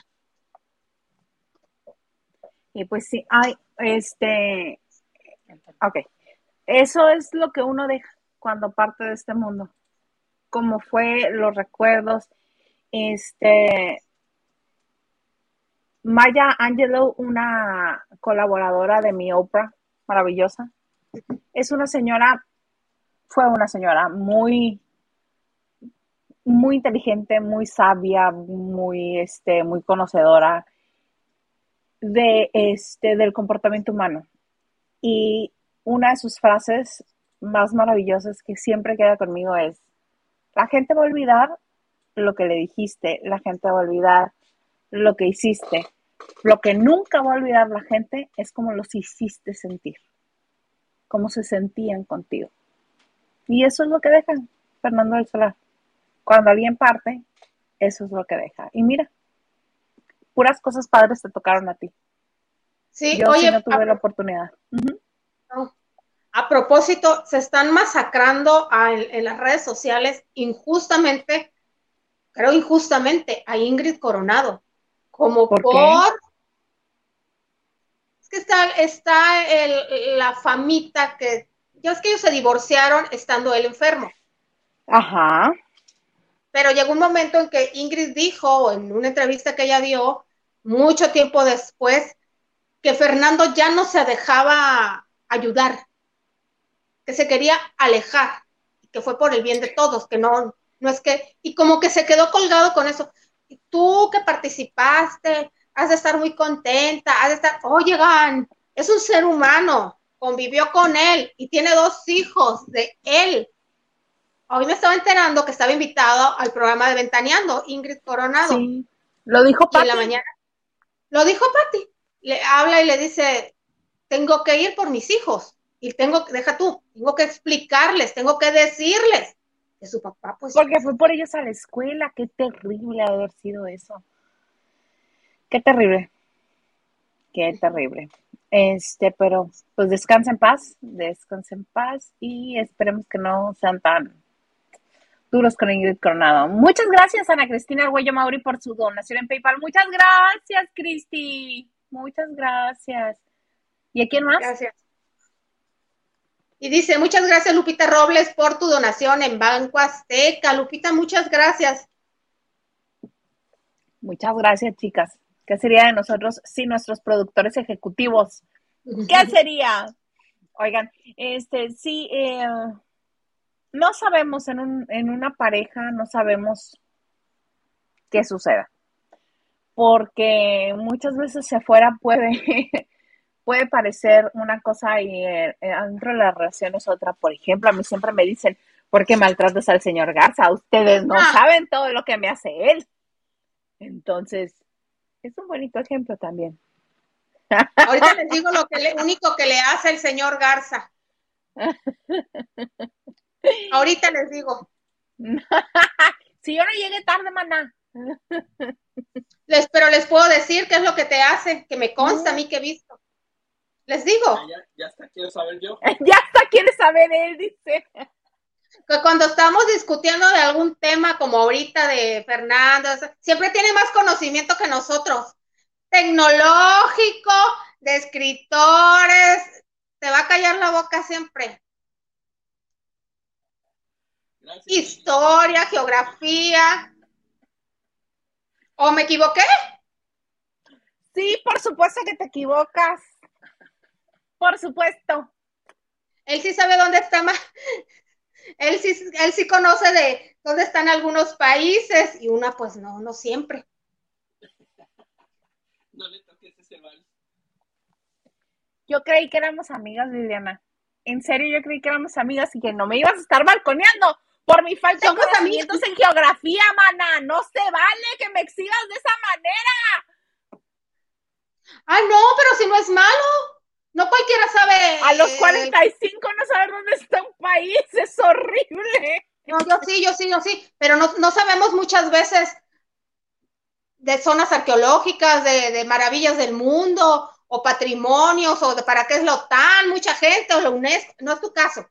Y pues sí, ok. Eso es lo que uno deja cuando parte de este mundo. Como fue los recuerdos. Maya Angelou, una colaboradora de mi Oprah, maravillosa. Fue una señora muy inteligente, muy sabia, muy conocedora del comportamiento humano. Y una de sus frases más maravillosas que siempre queda conmigo es: la gente va a olvidar lo que le dijiste, la gente va a olvidar lo que hiciste. Lo que nunca va a olvidar la gente es cómo los hiciste sentir, cómo se sentían contigo. Y eso es lo que dejan, Fernando del Solar. Cuando alguien parte, eso es lo que deja. Y mira, puras cosas padres te tocaron a ti. Sí, yo sí no tuve la oportunidad. No. A propósito, se están masacrando en las redes sociales injustamente a Ingrid Coronado. Como ¿Por Es que está la famita que, ya es que ellos se divorciaron estando él enfermo. Ajá. Pero llegó un momento en que Ingrid dijo, en una entrevista que ella dio, mucho tiempo después, que Fernando ya no se dejaba ayudar, que se quería alejar, que fue por el bien de todos, que no es que, y como que se quedó colgado con eso. Y tú que participaste, has de estar muy contenta, has de estar, oye, Gan, es un ser humano, convivió con él y tiene 2 hijos de él. Hoy me estaba enterando que estaba invitado al programa de Ventaneando, Ingrid Coronado. Sí, lo dijo Pati. Y en la mañana, lo dijo Pati, le habla y le dice, tengo que ir por mis hijos, y tengo que explicarles, tengo que decirles que su papá, pues... Porque fue por ellos a la escuela, qué terrible haber sido eso. Qué terrible. Qué terrible. Pero pues descansa en paz y esperemos que no sean tan duros con Ingrid Coronado. Muchas gracias, Ana Cristina Arguello Mauri, por su donación en PayPal. Muchas gracias, Cristi. Muchas gracias. ¿Y a quién más? Gracias. Y dice, muchas gracias, Lupita Robles, por tu donación en Banco Azteca. Lupita, muchas gracias. Muchas gracias, chicas. ¿Qué sería de nosotros sin nuestros productores ejecutivos? ¿Qué sería? Oigan, sí, no sabemos en una pareja, no sabemos qué suceda. Porque muchas veces afuera puede parecer una cosa y dentro de la relación es otra. Por ejemplo, a mí siempre me dicen, ¿por qué maltratas al señor Garza? Ustedes no saben todo lo que me hace él. Entonces, es un bonito ejemplo también. Ahorita les digo lo único que le hace el señor Garza. Ahorita les digo. Si yo no llegué tarde, maná. Pero les puedo decir qué es lo que te hace, que me consta a mí que he visto. Les digo. Ya hasta quiero saber yo. Ya hasta quiere saber él, dice. Que cuando estamos discutiendo de algún tema como ahorita de Fernando, siempre tiene más conocimiento que nosotros. Tecnológico, de escritores, te va a callar la boca siempre. Gracias. Historia, geografía. ¿O me equivoqué? Sí, por supuesto que te equivocas. Por supuesto. Él sí sabe dónde está más. Él sí conoce de dónde están algunos países y una pues no siempre. No le toques ese vals. Yo creí que éramos amigas, Liliana. En serio, yo creí que éramos amigas y que no me ibas a estar balconeando por mi falta de conocimientos en geografía, mana. No se vale que me exhibas de esa manera. Ah, no, pero si no es malo. No cualquiera sabe. A los 45 no saber dónde está un país, es horrible. No, yo sí, pero no sabemos muchas veces de zonas arqueológicas, de maravillas del mundo, o patrimonios, o de para qué es la OTAN, mucha gente, o la UNESCO, no es tu caso.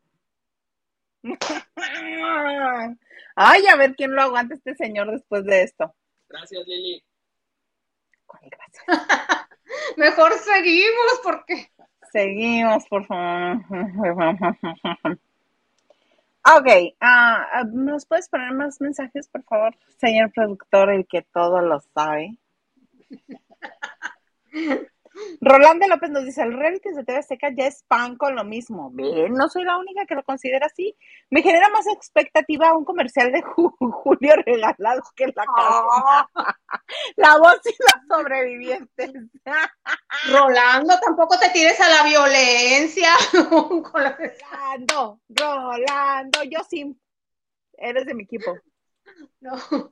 Ay, a ver quién lo aguanta este señor después de esto. Gracias, Lili. ¿Cuál gracias? Mejor seguimos, porque... Seguimos, por favor. Ok, ¿nos puedes poner más mensajes, por favor, señor productor, el que todo lo sabe? Rolando López nos dice, el reality de TV Azteca ya es pan con lo mismo. Bien, no soy la única que lo considera así. Me genera más expectativa un comercial de Julio Regalado que la cadena. La voz y los sobrevivientes. Rolando, tampoco te tires a la violencia. Rolando, yo sí. Eres de mi equipo. No.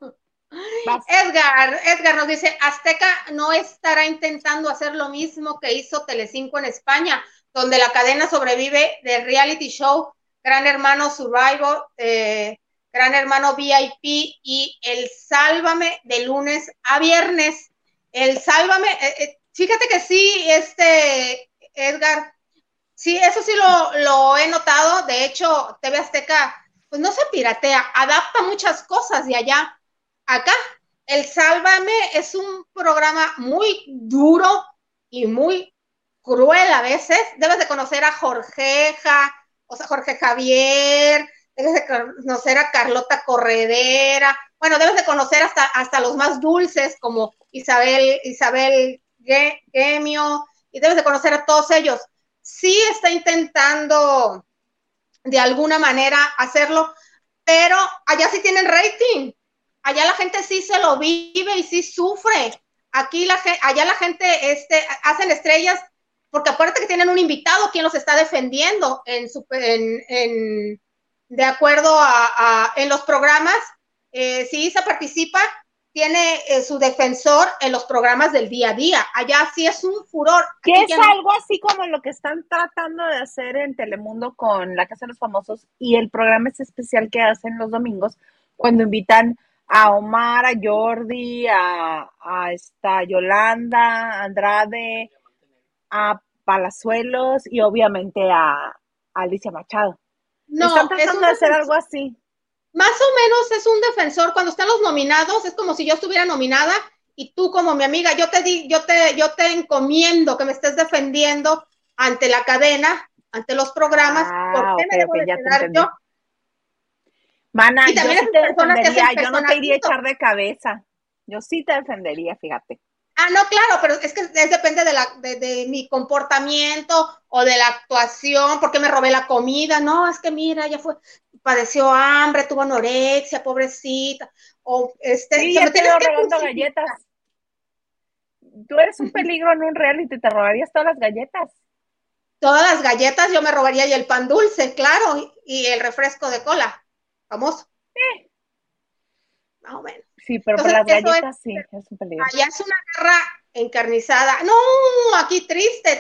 Edgar nos dice, Azteca no estará intentando hacer lo mismo que hizo Telecinco en España, donde la cadena sobrevive del reality show Gran Hermano Survivor, Gran Hermano VIP y el Sálvame de lunes a viernes. El Sálvame, fíjate que sí, Edgar, sí, eso sí lo he notado. De hecho, TV Azteca, pues no se piratea, adapta muchas cosas de allá. Acá, el Sálvame es un programa muy duro y muy cruel a veces. Debes de conocer a Jorgeja, o sea, Jorge Javier, debes de conocer a Carlota Corredera, bueno, debes de conocer hasta los más dulces como Isabel Gemio, y debes de conocer a todos ellos. Sí está intentando de alguna manera hacerlo, pero allá sí tienen rating, allá la gente sí se lo vive y sí sufre. Aquí allá la gente hacen estrellas, porque aparte que tienen un invitado quien los está defendiendo de acuerdo en los programas. Si Isa participa, tiene su defensor en los programas del día a día. Allá sí es un furor. Que es algo así como lo que están tratando de hacer en Telemundo con La Casa de los Famosos y el programa es especial que hacen los domingos cuando invitan a Omar, a Jordi, a Yolanda Andrade, a Palazuelos y obviamente a Alicia Machado. No, están tratando de hacer algo así. Más o menos es un defensor. Cuando están los nominados, es como si yo estuviera nominada y tú como mi amiga, yo te encomiendo que me estés defendiendo ante la cadena, ante los programas. ¿Por qué me debo defender yo? Mana, yo sí te defendería, yo no te iría a echar de cabeza. Yo sí te defendería, fíjate. No, claro, pero es que depende de mi comportamiento o de la actuación, porque me robé la comida. No, es que mira, ella padeció hambre, tuvo anorexia, pobrecita. O sí, ya te iba robando galletas. Tú eres un peligro en un reality, te robarías todas las galletas. Todas las galletas, yo me robaría y el pan dulce, claro, y el refresco de cola, famoso. Más o menos. Sí, pero entonces, por las galletas sí, es un peligro. Allá es una guerra encarnizada. No, aquí triste.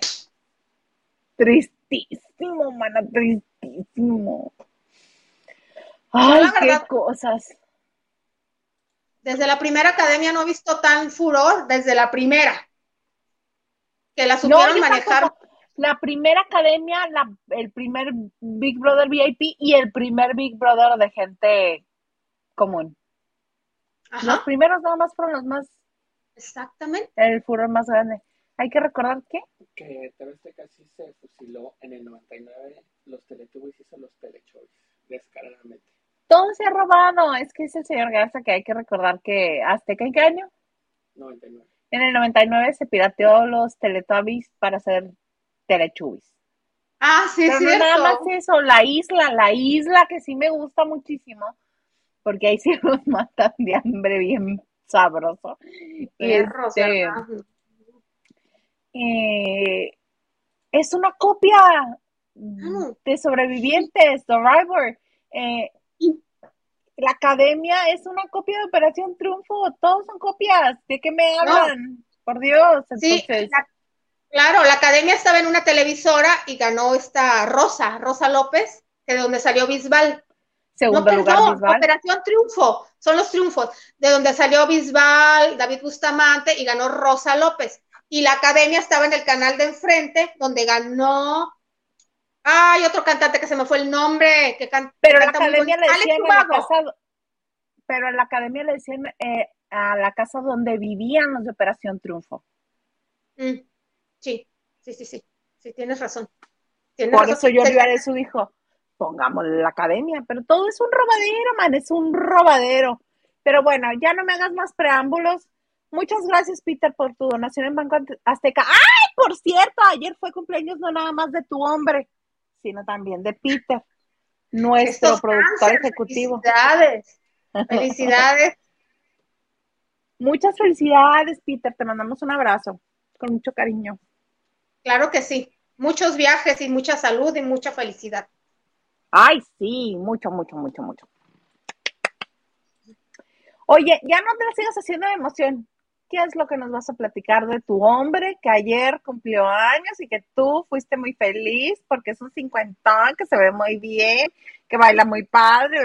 Tristísimo, mana, tristísimo. Ay, no, qué cosas. Desde la primera academia no he visto tan furor, desde la primera. Que la supieron manejar. Tampoco. La primera academia, el primer Big Brother VIP y el primer Big Brother de gente común. Ajá. Los primeros nada más fueron los más. Exactamente. El furor más grande. Hay que recordar que TV Azteca sí se fusiló en el 99 los Teletubbies hizo los Telechoice, descaradamente. Todo se ha robado. Es que es el señor Garza que hay que recordar que Azteca, ¿en qué año? 99. En el 99 se pirateó los Teletubbies para hacer Telechubbies. Sí, pero no nada más eso, la isla que sí me gusta muchísimo, porque ahí sí los matan de hambre bien sabroso. Perros, es una copia de Sobrevivientes, Survivor. La academia es una copia de Operación Triunfo, todos son copias. ¿De qué me hablan? No. Por Dios. Entonces... Sí, claro, la academia estaba en una televisora y ganó esta Rosa López, de donde salió Bisbal. Segundo lugar, Bisbal. Operación Triunfo, son los triunfos, de donde salió Bisbal, David Bustamante y ganó Rosa López. Y la academia estaba en el canal de enfrente, donde ganó... Hay otro cantante que se me fue el nombre. Pero la academia le decían en la casa... Pero en la academia le decían a la casa donde vivían los de Operación Triunfo. Sí, tienes razón. Por eso Jordi Arezzo dijo, pongámosle la academia, pero todo es un robadero, man, es un robadero. Pero bueno, ya no me hagas más preámbulos. Muchas gracias, Peter, por tu donación en Banco Azteca. ¡Ay, por cierto! Ayer fue cumpleaños no nada más de tu hombre, sino también de Peter, nuestro productor ejecutivo. Felicidades. Muchas felicidades, Peter. Te mandamos un abrazo con mucho cariño. Claro que sí. Muchos viajes y mucha salud y mucha felicidad. Ay, sí, mucho. Oye, ya no te la sigas haciendo de emoción. ¿Qué es lo que nos vas a platicar de tu hombre que ayer cumplió años y que tú fuiste muy feliz porque es un 50, que se ve muy bien, que baila muy padre?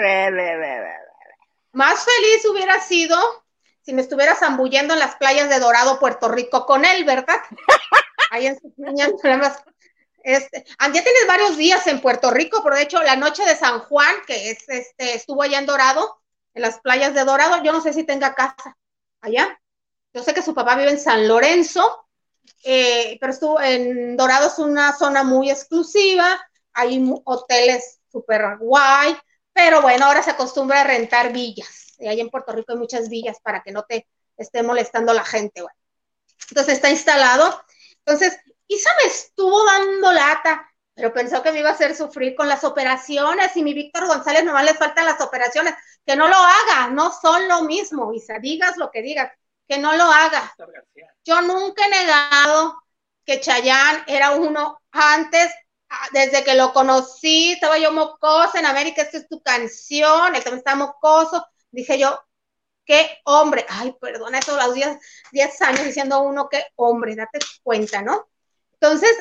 Más feliz hubiera sido si me estuviera zambullendo en las playas de Dorado, Puerto Rico con él, ¿verdad? Ahí en sus niñas, ya tienes varios días en Puerto Rico, pero de hecho la noche de San Juan, que es estuvo allá en Dorado, en las playas de Dorado, yo no sé si tenga casa allá. Yo sé que su papá vive en San Lorenzo pero estuvo en Dorados, una zona muy exclusiva, hay hoteles súper guay, pero bueno, ahora se acostumbra a rentar villas, y ahí en Puerto Rico hay muchas villas para que no te esté molestando la gente, bueno. Entonces está instalado, entonces Isa me estuvo dando lata, pero pensó que me iba a hacer sufrir con las operaciones, y mi Víctor González nomás le faltan las operaciones, que no lo haga, no son lo mismo, Isa, digas lo que digas, que no lo haga. Yo nunca he negado que Chayanne era uno antes, desde que lo conocí, estaba yo mocosa en América, esta es tu canción, él también estaba mocoso, dije yo, qué hombre, ay, perdona, eso a los 10 años diciendo uno, qué hombre, date cuenta, ¿no? Entonces,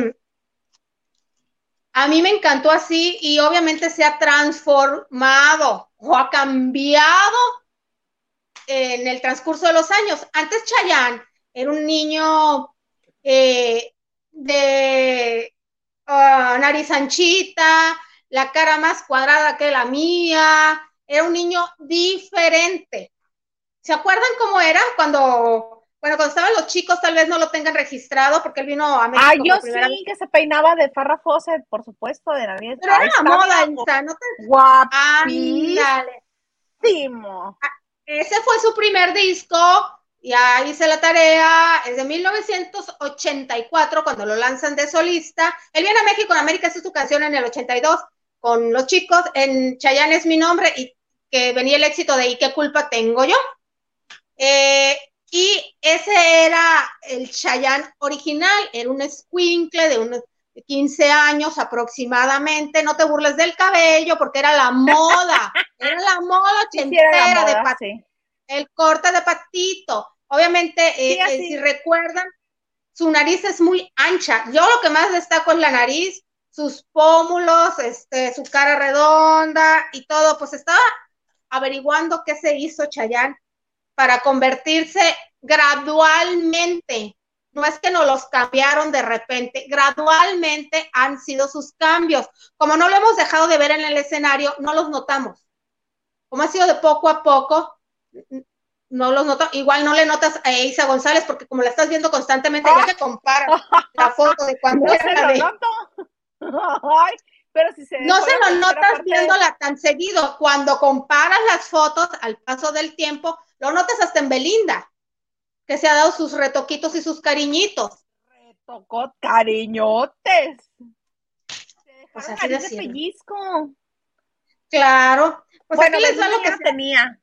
a mí me encantó así, y obviamente se ha transformado o ha cambiado en el transcurso de los años. Antes Chayanne era un niño de nariz anchita, la cara más cuadrada que la mía, era un niño diferente. ¿Se acuerdan cómo era cuando estaban los chicos? Tal vez no lo tengan registrado porque él vino a México yo sí, vez. Que se peinaba de Farrah Fawcett, por supuesto, de nariz. Pero era la moda, Isa, ¿no te... Guapísimo. Ese fue su primer disco, ya hice la tarea, es de 1984, cuando lo lanzan de solista. Él viene a México, en América, esa es su canción en el 82, con los chicos, en Chayanne es mi nombre, y que venía el éxito de ¿y qué culpa tengo yo? Y ese era el Chayanne original, era un escuincle de unos 15 años aproximadamente, no te burles del cabello porque era la moda, era la moda ochentera, el corte de patito, obviamente, si recuerdan, su nariz es muy ancha, yo lo que más destaco es la nariz, sus pómulos, su cara redonda y todo, pues estaba averiguando qué se hizo Chayanne para convertirse gradualmente, no es que nos los cambiaron de repente, gradualmente han sido sus cambios. Como no lo hemos dejado de ver en el escenario, no los notamos. Como ha sido de poco a poco, no los noto. Igual no le notas a Isa González, porque como la estás viendo constantemente, ya te comparan la foto de cuando era la de... Ay, pero si no se lo notas viéndola tan seguido. Cuando comparas las fotos al paso del tiempo, lo notas hasta en Belinda, que se ha dado sus retoquitos y sus cariñitos. Retocó cariñotes. Pues así de pellizco. Claro. Pues bueno, aquí les da lo que tenía.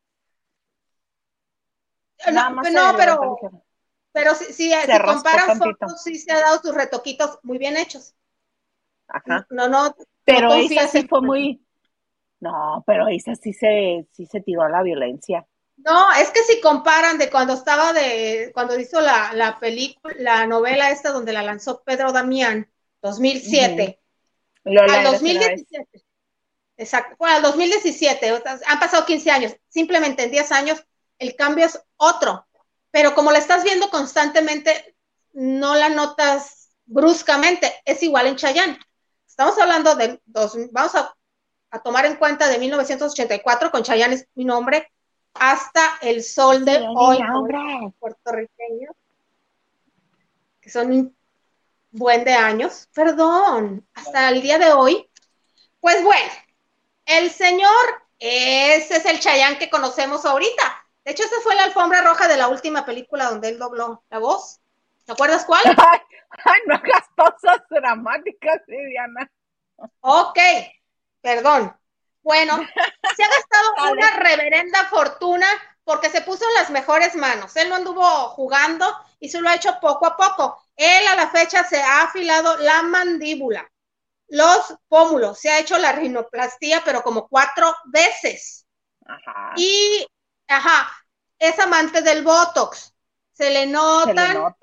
No, pero si comparan fotos, sí se ha dado sus retoquitos muy bien hechos. Ajá. No. Pero no esa sí fue muy... No, pero esa sí se tiró a la violencia. No, es que si comparan de cuando hizo la película, la novela esta donde la lanzó Pedro Damián, 2007, al 2017. Exacto, bueno, al 2017, han pasado 15 años, simplemente en 10 años el cambio es otro, pero como la estás viendo constantemente, no la notas bruscamente, es igual en Chayanne. Estamos hablando vamos a tomar en cuenta de 1984, con Chayanne es mi nombre, hasta el sol de hoy, puertorriqueños, que son un buen de años, hasta el día de hoy. Pues bueno, el señor, ese es el Chayanne que conocemos ahorita. De hecho, esa fue la alfombra roja de la última película donde él dobló la voz. ¿Te acuerdas cuál? Ay, no hagas cosas dramáticas, Diana. Ok, perdón. Bueno, se ha gastado una reverenda fortuna porque se puso en las mejores manos. Él no anduvo jugando y se lo ha hecho poco a poco. Él a la fecha se ha afilado la mandíbula, los pómulos, se ha hecho la rinoplastía, pero como 4 veces. Ajá. Y, es amante del Botox. Se le nota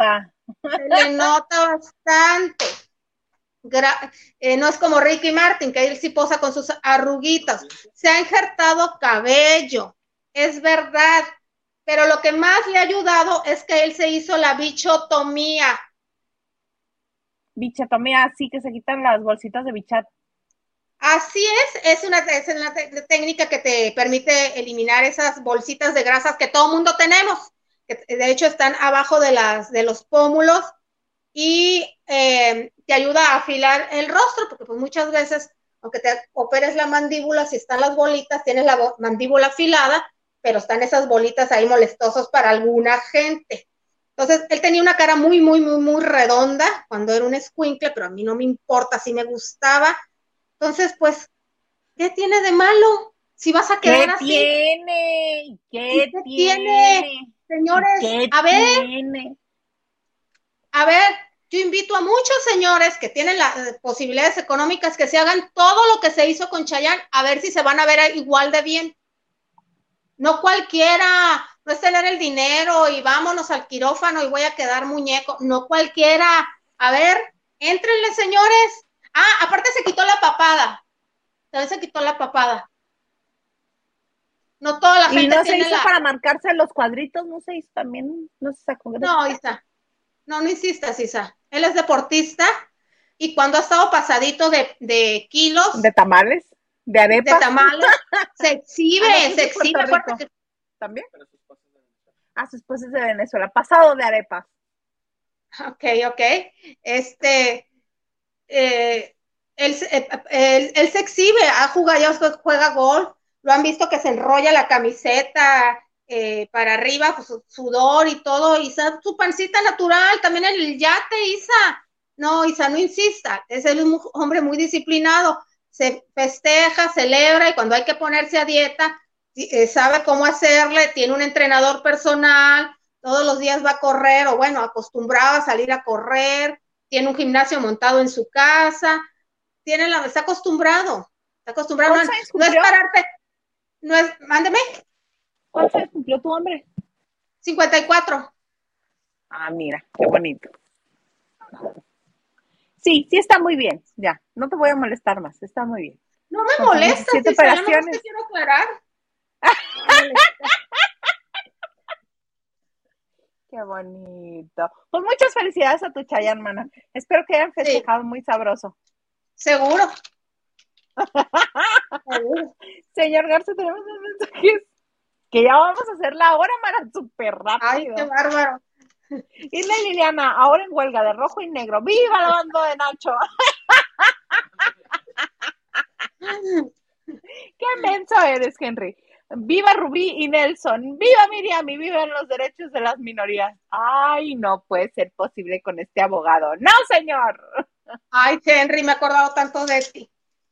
bastante. No es como Ricky Martin, que él sí posa con sus arruguitas. Se ha injertado cabello, es verdad, pero lo que más le ha ayudado es que él se hizo la bichotomía. Bichotomía, sí, que se quitan las bolsitas de bichat. Así es una técnica que te permite eliminar esas bolsitas de grasas que todo mundo tenemos. que de hecho están abajo de los pómulos y te ayuda a afilar el rostro, porque pues muchas veces, aunque te operes la mandíbula, si están las bolitas, tienes la mandíbula afilada, pero están esas bolitas ahí molestosos para alguna gente. Entonces, él tenía una cara muy, muy, muy, muy redonda cuando era un escuincle, pero a mí no me importa, sí me gustaba. Entonces, pues, ¿qué tiene de malo? Si vas a quedar así. ¿Qué tiene? Señores, a ver, yo invito a muchos señores que tienen las posibilidades económicas que se hagan todo lo que se hizo con Chayanne, a ver si se van a ver igual de bien. No cualquiera, no es tener el dinero y vámonos al quirófano y voy a quedar muñeco. No cualquiera. A ver, éntrenle, señores. Ah, aparte se quitó la papada. También se quitó la papada. No toda la gente tiene. ¿Y no tiene se hizo para marcarse los cuadritos? ¿No se hizo también? ¿No se sacó? No, Isa. No insistas, Isa. Él es deportista y cuando ha estado pasadito de kilos. ¿De tamales? ¿De arepas? De tamales. Se exhibe, se exhibe. Que... ¿También? Su esposa es de Venezuela. Pasado de arepas. Ok. Él se exhibe, juega golf, lo han visto que se enrolla la camiseta para arriba, pues sudor y todo, Isa, su pancita natural, también en el yate, Isa. No, Isa, no insista, es un hombre muy disciplinado, se festeja, celebra y cuando hay que ponerse a dieta, sabe cómo hacerle, tiene un entrenador personal, todos los días va a correr, o bueno, acostumbrado a salir a correr, tiene un gimnasio montado en su casa, está acostumbrado, no es pararte, mándeme. ¿Cuántos años cumplió tu hombre? 54. Ah, mira, qué bonito. Sí está muy bien, ya, no te voy a molestar más, está muy bien. No me molestas, si te quiero aclarar. Qué bonito. Pues muchas felicidades a tu Chayanne, mana. Espero que hayan festejado muy sabroso. Seguro. Señor Garza, tenemos unos mensajes que ya vamos a hacer la hora, mana, súper rápido. Ay, qué bárbaro. Isla Liliana, ahora en huelga de rojo y negro. ¡Viva la banda de Nacho! ¡Qué menso eres, Henry! ¡Viva Rubí y Nelson! ¡Viva Miriam! ¡Y vivan los derechos de las minorías! ¡Ay, no puede ser posible con este abogado! ¡No, señor! Ay, Henry, me he acordado tanto de ti.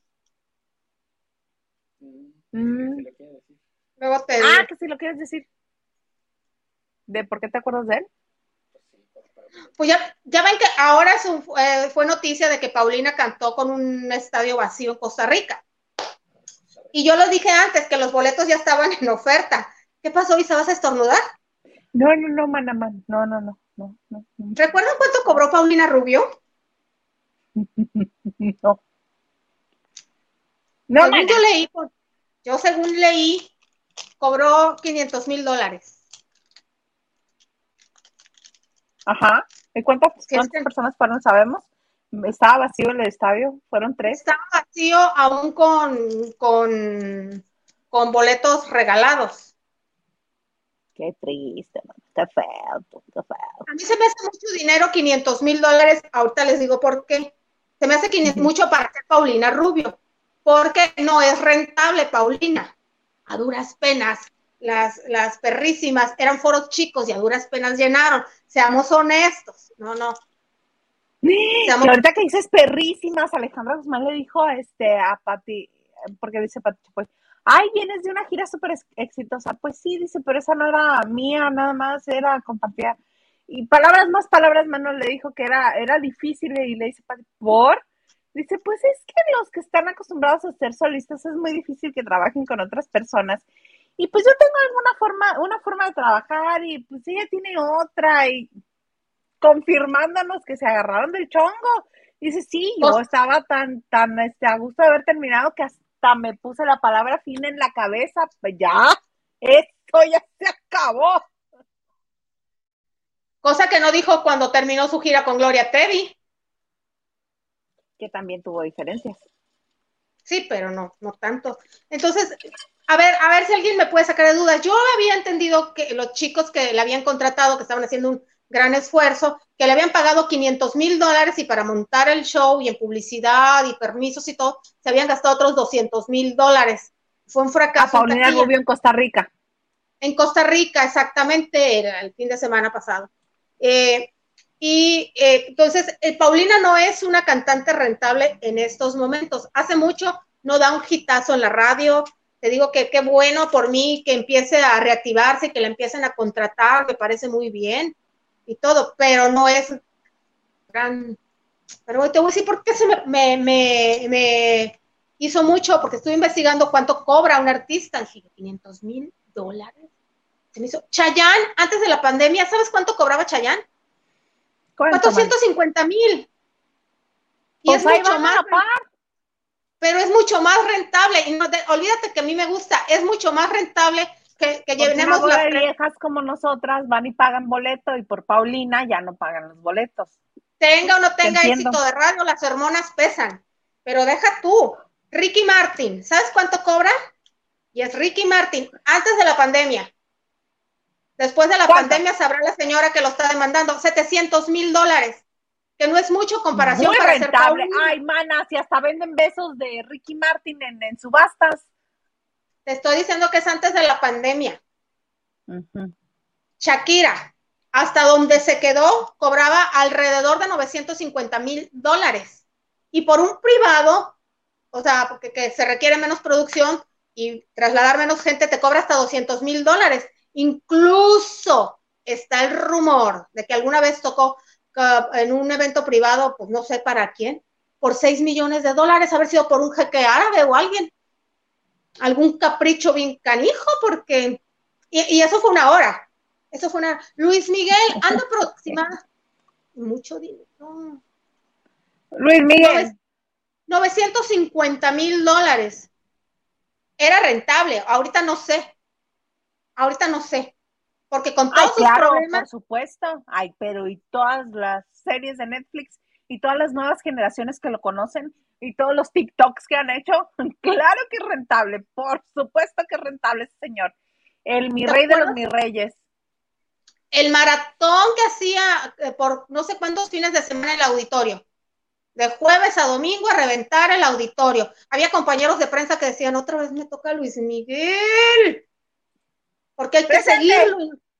Luego te digo. Que si lo quieres decir. ¿De por qué te acuerdas de él? Pues ya ven que ahora fue noticia de que Paulina cantó con un estadio vacío en Costa Rica. Y yo lo dije antes, que los boletos ya estaban en oferta. ¿Qué pasó, Isa? ¿Vas a estornudar? No, mana, no. ¿Recuerdan cuánto cobró Paulina Rubio? No. Según leí, cobró $500,000. Ajá. ¿Y cuántas personas fueron? ¿Sabemos? ¿Estaba vacío el estadio? ¿Fueron 3? Estaba vacío aún con boletos regalados. Qué triste, man. Qué feo. A mí se me hace mucho dinero, $500,000. Ahorita les digo por qué. Se me hace mucho para ser Paulina Rubio, porque no es rentable, Paulina. A duras penas. Las perrísimas eran foros chicos y a duras penas llenaron. Seamos honestos. No. Ahorita que dices perrísimas, Alejandra Guzmán le dijo a Pati, porque dice Pati, pues, ay, vienes de una gira súper exitosa. Pues sí, dice, pero esa no era mía, nada más era compartida. Y palabras menos le dijo que era difícil y le dice Pati, ¿por? Dice, pues es que los que están acostumbrados a ser solistas es muy difícil que trabajen con otras personas. Y pues yo tengo una forma de trabajar y pues ella tiene otra y confirmándonos que se agarraron del chongo. Dice, sí, yo estaba tan a gusto de haber terminado que hasta me puse la palabra fin en la cabeza. Pues ya, esto ya se acabó. Cosa que no dijo cuando terminó su gira con Gloria Trevi. Que también tuvo diferencias. Sí, pero no tanto. Entonces, a ver si alguien me puede sacar de dudas. Yo había entendido que los chicos que le habían contratado, que estaban haciendo un gran esfuerzo, que le habían pagado $500,000 y para montar el show y en publicidad y permisos y todo, se habían gastado otros $200,000. Fue un fracaso. Paulina Rubio en Costa Rica. En Costa Rica, exactamente, era el fin de semana pasado. Entonces, Paulina no es una cantante rentable en estos momentos. Hace mucho no da un hitazo en la radio. Te digo que qué bueno por mí que empiece a reactivarse, que la empiecen a contratar, me parece muy bien y todo, pero no es gran. Pero te voy a decir por qué se me hizo mucho, porque estuve investigando cuánto cobra un artista. Dije, $500,000. Se me hizo. Chayanne, antes de la pandemia, ¿sabes cuánto cobraba Chayanne? 450,000. Y pues es mucho más, pero es mucho más rentable. Y no, olvídate que a mí me gusta, es mucho más rentable que llenemos las viejas como nosotras van y pagan boleto, y por Paulina ya no pagan los boletos. Tenga o no tenga éxito de radio, las hormonas pesan. Pero deja tú. Ricky Martin, ¿sabes cuánto cobra? Y es Ricky Martin, antes de la pandemia. Después de la pandemia sabrá la señora que lo está demandando, $700,000, que no es mucho comparación muy para rentable. Ay, mana, si hasta venden besos de Ricky Martin en subastas. Te estoy diciendo que es antes de la pandemia. Shakira, hasta donde se quedó, cobraba alrededor de $950,000. Y por un privado, o sea, porque que se requiere menos producción y trasladar menos gente, te cobra hasta $200,000. Incluso está el rumor de que alguna vez tocó en un evento privado, pues no sé para quién, por $6 millones, haber sido por un jeque árabe o alguien, algún capricho bien canijo, porque, y eso fue una hora, Luis Miguel anda aproximado, mucho dinero. Luis Miguel. $950,000. Era rentable, ahorita no sé, porque con todos sus problemas. Por supuesto, pero y todas las series de Netflix y todas las nuevas generaciones que lo conocen y todos los TikToks que han hecho, claro que es rentable, por supuesto que es rentable ese señor, el mi rey de los mis reyes. El maratón que hacía por no sé cuántos fines de semana en el auditorio, de jueves a domingo a reventar el auditorio. Había compañeros de prensa que decían, otra vez me toca Luis Miguel, porque hay que seguirlo.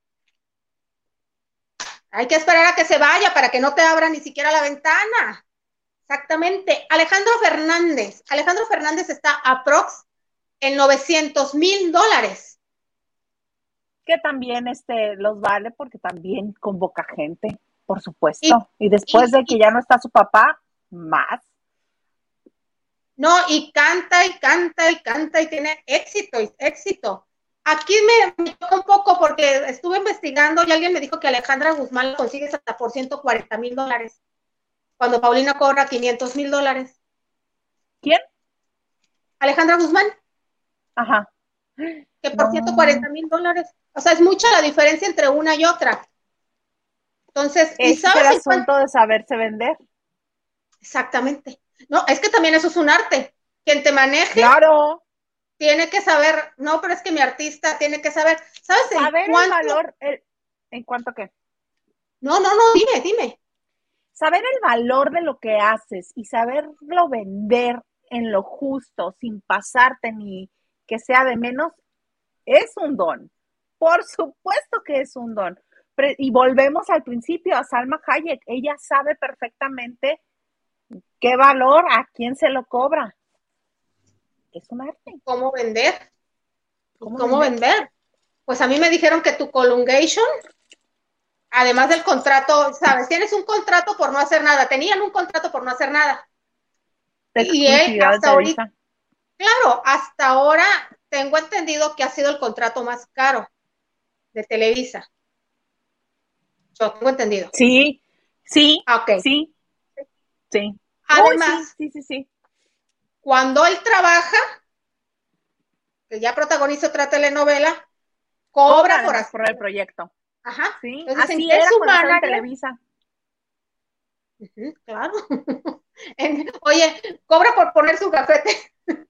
Hay que esperar a que se vaya para que no te abra ni siquiera la ventana. Exactamente. Alejandro Fernández está aprox en $900,000. Que también los vale porque también convoca gente, por supuesto. Y después de que ya no está su papá, más. No, y canta y tiene éxito. Aquí me tocó un poco porque estuve investigando y alguien me dijo que Alejandra Guzmán lo consigue hasta por $140,000, cuando Paulina cobra $500,000. ¿Quién? Alejandra Guzmán. Ajá. Que por $140,000. O sea, es mucha la diferencia entre una y otra. Entonces, ¿y sabes el asunto de saberse vender? Exactamente. No, es que también eso es un arte. Quien te maneje. Claro. Tiene que saber, no, pero es que mi artista tiene que saber, ¿sabes? Saber el valor, ¿en cuánto qué? No, dime. Saber el valor de lo que haces y saberlo vender en lo justo, sin pasarte ni que sea de menos, es un don. Por supuesto que es un don. Y volvemos al principio, a Salma Hayek. Ella sabe perfectamente qué valor, a quién se lo cobra. Es un arte. ¿Cómo vender? ¿Cómo vender? Pues a mí me dijeron que tu colungation, además del contrato, ¿sabes? Tienes un contrato por no hacer nada. Tenían un contrato por no hacer nada. Y él hasta ahorita, claro, hasta ahora tengo entendido que ha sido el contrato más caro de Televisa. Yo tengo entendido. Sí. Okay. Sí. Además, sí. Cuando él trabaja, que ya protagoniza otra telenovela, cobra por el proyecto. Ajá. Sí, entonces, así era cuando estaba en Televisa. Claro. Oye, cobra por poner su gafete.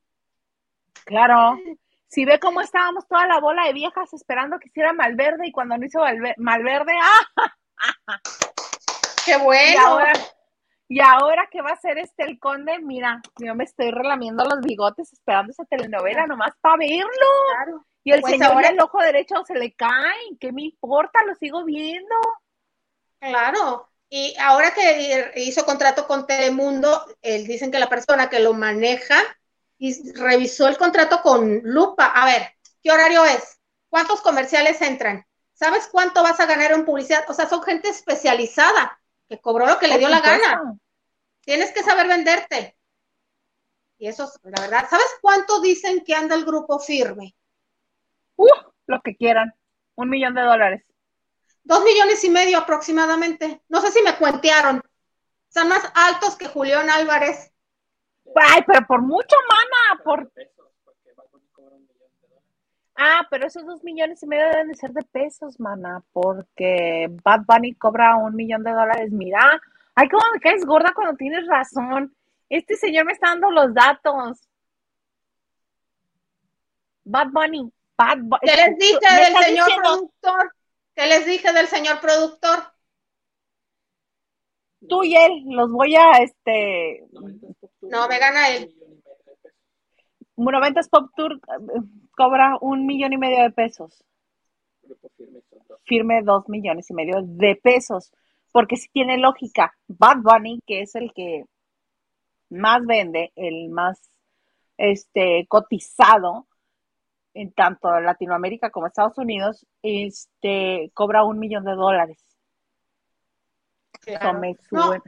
Claro. Si ve cómo estábamos toda la bola de viejas esperando que hiciera Malverde y cuando no hizo Malverde, ¡ah! ¡Qué bueno! Y ahora que va a ser el Conde, mira, yo me estoy relamiendo los bigotes esperando esa telenovela nomás para verlo. Claro. Y el Pues señor ahora, el ojo derecho se le cae, ¿qué me importa? Lo sigo viendo. claro. Y ahora que hizo contrato con Telemundo, dicen que la persona que lo maneja y revisó el contrato con lupa. A ver, ¿qué horario es? ¿Cuántos comerciales entran? ¿Sabes cuánto vas a ganar en publicidad? O sea, son gente especializada que cobró lo que le dio la gana. Tienes que saber venderte. Y eso es la verdad. ¿Sabes cuánto dicen que anda el grupo Firme? Lo que quieran. $1 millón. 2,5 millones aproximadamente. No sé si me cuentearon. Son más altos que Julián Álvarez. Ay, pero por mucho, mana. Pero esos $2,5 millones deben de ser de pesos, mana, porque Bad Bunny cobra $1 millón. Mira, ay, cómo me caes gorda cuando tienes razón. Este señor me está dando los datos. Bad Bunny. ¿Qué les dije del señor productor? ¿Qué les dije del señor productor? Tú y él, los voy a, No, me gana él. 90s Pop Tour cobra $1,5 millones de pesos. Firme $2,5 millones de pesos. Porque si tiene lógica, Bad Bunny, que es el que más vende, el más cotizado en tanto Latinoamérica como Estados Unidos, cobra $1 millón. Claro. Me suena.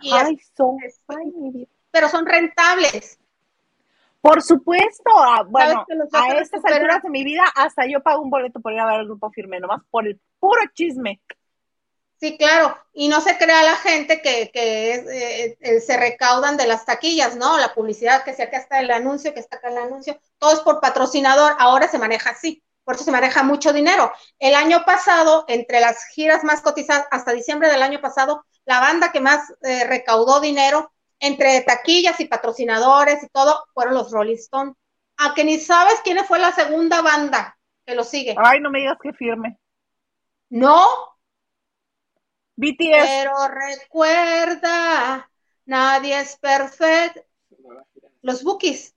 Pero son rentables. Por supuesto. Bueno, a estas superan... alturas de mi vida, hasta yo pago un boleto por ir a ver al grupo Firme, nomás por el puro chisme. Sí, claro, y no se crea la gente que se recaudan de las taquillas, ¿no? La publicidad, que si acá está el anuncio, que está acá el anuncio, todo es por patrocinador, ahora se maneja así, por eso se maneja mucho dinero. El año pasado, entre las giras más cotizadas, hasta diciembre del año pasado, la banda que más recaudó dinero, entre taquillas y patrocinadores y todo, fueron los Rolling Stones. A que ni sabes quién fue la segunda banda que lo sigue. Ay, no me digas que Firme. No. BTS. Pero recuerda, nadie es perfecto. Los Bookies.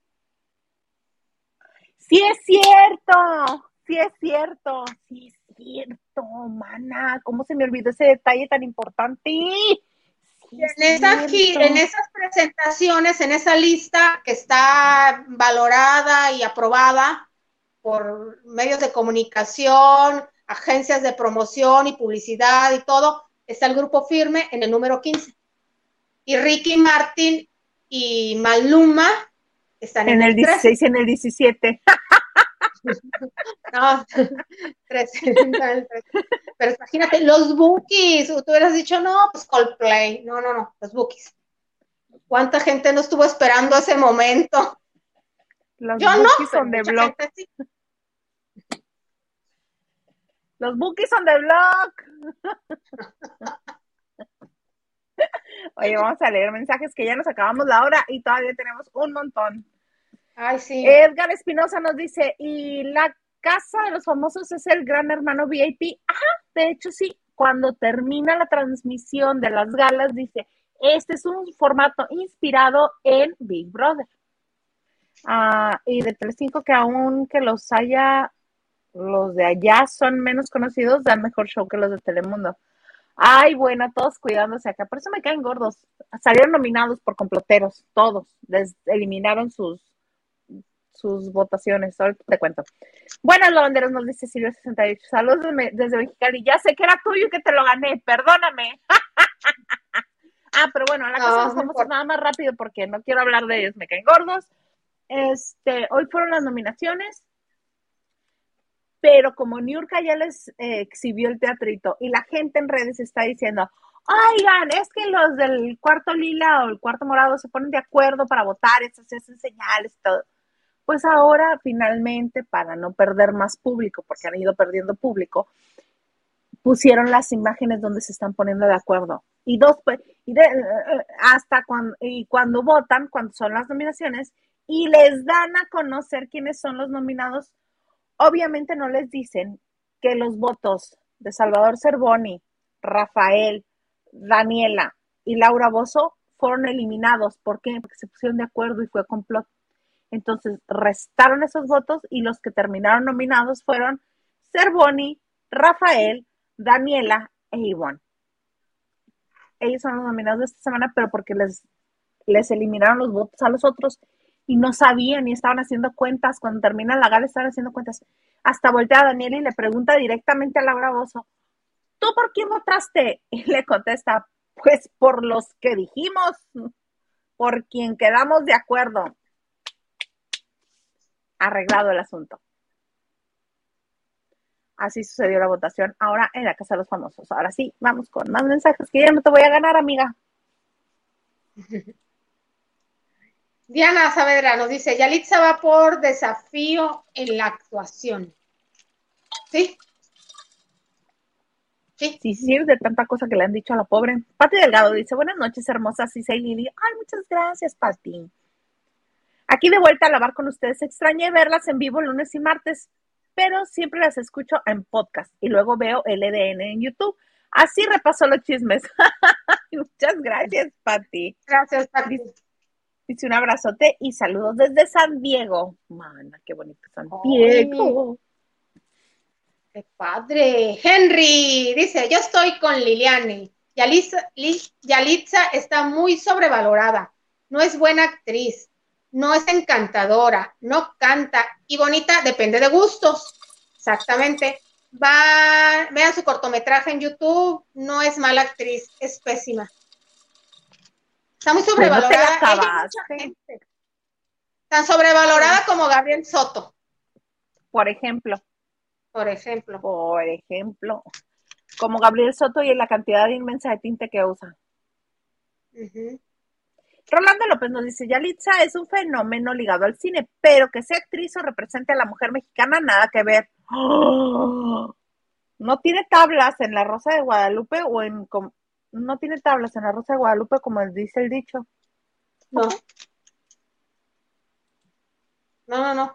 Sí es cierto, sí es cierto, sí es cierto, mana. ¿Cómo se me olvidó ese detalle tan importante? Sí, en esas presentaciones, en esa lista que está valorada y aprobada por medios de comunicación, agencias de promoción y publicidad y todo, está el grupo Firme en el número 15. Y Ricky Martin y Maluma están en el 16 13. En el 17. No, 13. Pero imagínate, los Bookies, tú hubieras dicho, no, pues Coldplay. No, los Bookies. ¿Cuánta gente no estuvo esperando ese momento? Los Bookies son de blog. Sí. Los Bookies son de blog. Oye, vamos a leer mensajes que ya nos acabamos la hora y todavía tenemos un montón. Ay, sí. Edgar Espinosa nos dice, ¿y la casa de los famosos es el Gran Hermano VIP? Ajá, de hecho sí, cuando termina la transmisión de las galas dice, este es un formato inspirado en Big Brother. Y de Telecinco, que aunque los de allá son menos conocidos, dan mejor show que los de Telemundo. Ay, bueno, todos cuidándose acá, por eso me caen gordos. Salieron nominados por comploteros, todos, eliminaron sus votaciones, ahorita te cuento. Buenas lavanderas, nos dice Silvia 68, saludos desde Mexicali, ya sé que era tuyo y que te lo gané, perdóname. Pero bueno, la cosa nos vamos nada más rápido porque no quiero hablar de ellos, me caen gordos. Hoy fueron las nominaciones, pero como Niurka ya les exhibió el teatrito y la gente en redes está diciendo, oigan, es que los del cuarto lila o el cuarto morado se ponen de acuerdo para votar, se hacen señales y todo. Pues ahora finalmente, para no perder más público, porque han ido perdiendo público, pusieron las imágenes donde se están poniendo de acuerdo. Cuando votan, cuando son las nominaciones, y les dan a conocer quiénes son los nominados, obviamente no les dicen que los votos de Salvador Cervoni, Rafael, Daniela y Laura Bozzo fueron eliminados. ¿Por qué? Porque se pusieron de acuerdo y fue complot. Entonces restaron esos votos y los que terminaron nominados fueron Cervoni, Rafael, Daniela e Ivonne. Ellos son los nominados de esta semana, pero porque les eliminaron los votos a los otros y no sabían y estaban haciendo cuentas. Cuando termina la gala estaban haciendo cuentas. Hasta voltea a Daniela y le pregunta directamente a Laura Bozzo, ¿tú por quién votaste? Y le contesta, pues por los que dijimos, por quien quedamos de acuerdo. Arreglado el asunto. Así sucedió la votación ahora en la Casa de los Famosos. Ahora sí, vamos con más mensajes, que ya no te voy a ganar, amiga. Diana Saavedra nos dice, Yalitza va por desafío en la actuación. ¿Sí? Sí, de tanta cosa que le han dicho a la pobre. Pati Delgado dice, buenas noches, hermosa Cisa y Lili. Ay, muchas gracias, Pati. Aquí de vuelta a lavar con ustedes. Extrañé verlas en vivo lunes y martes, pero siempre las escucho en podcast y luego veo LDN en YouTube. Así repasó los chismes. Muchas gracias, Pati. Gracias, Pati. Dice un abrazote y saludos desde San Diego. Mana, qué bonito San Diego. Qué padre. Henry dice, yo estoy con Liliane. Yalitza está muy sobrevalorada. No es buena actriz. No es encantadora. No canta. Y bonita, depende de gustos. Exactamente. Vean su cortometraje en YouTube. No es mala actriz. Es pésima. Está muy sobrevalorada. Pues no mucha gente. Tan sobrevalorada como Gabriel Soto. Por ejemplo. Como Gabriel Soto y en la cantidad inmensa de tinte que usa. Rolando López nos dice, Yalitza es un fenómeno ligado al cine, pero que sea actriz o represente a la mujer mexicana, nada que ver. ¡Oh! No tiene tablas en La Rosa de Guadalupe no tiene tablas en La Rosa de Guadalupe como dice el dicho. No. No.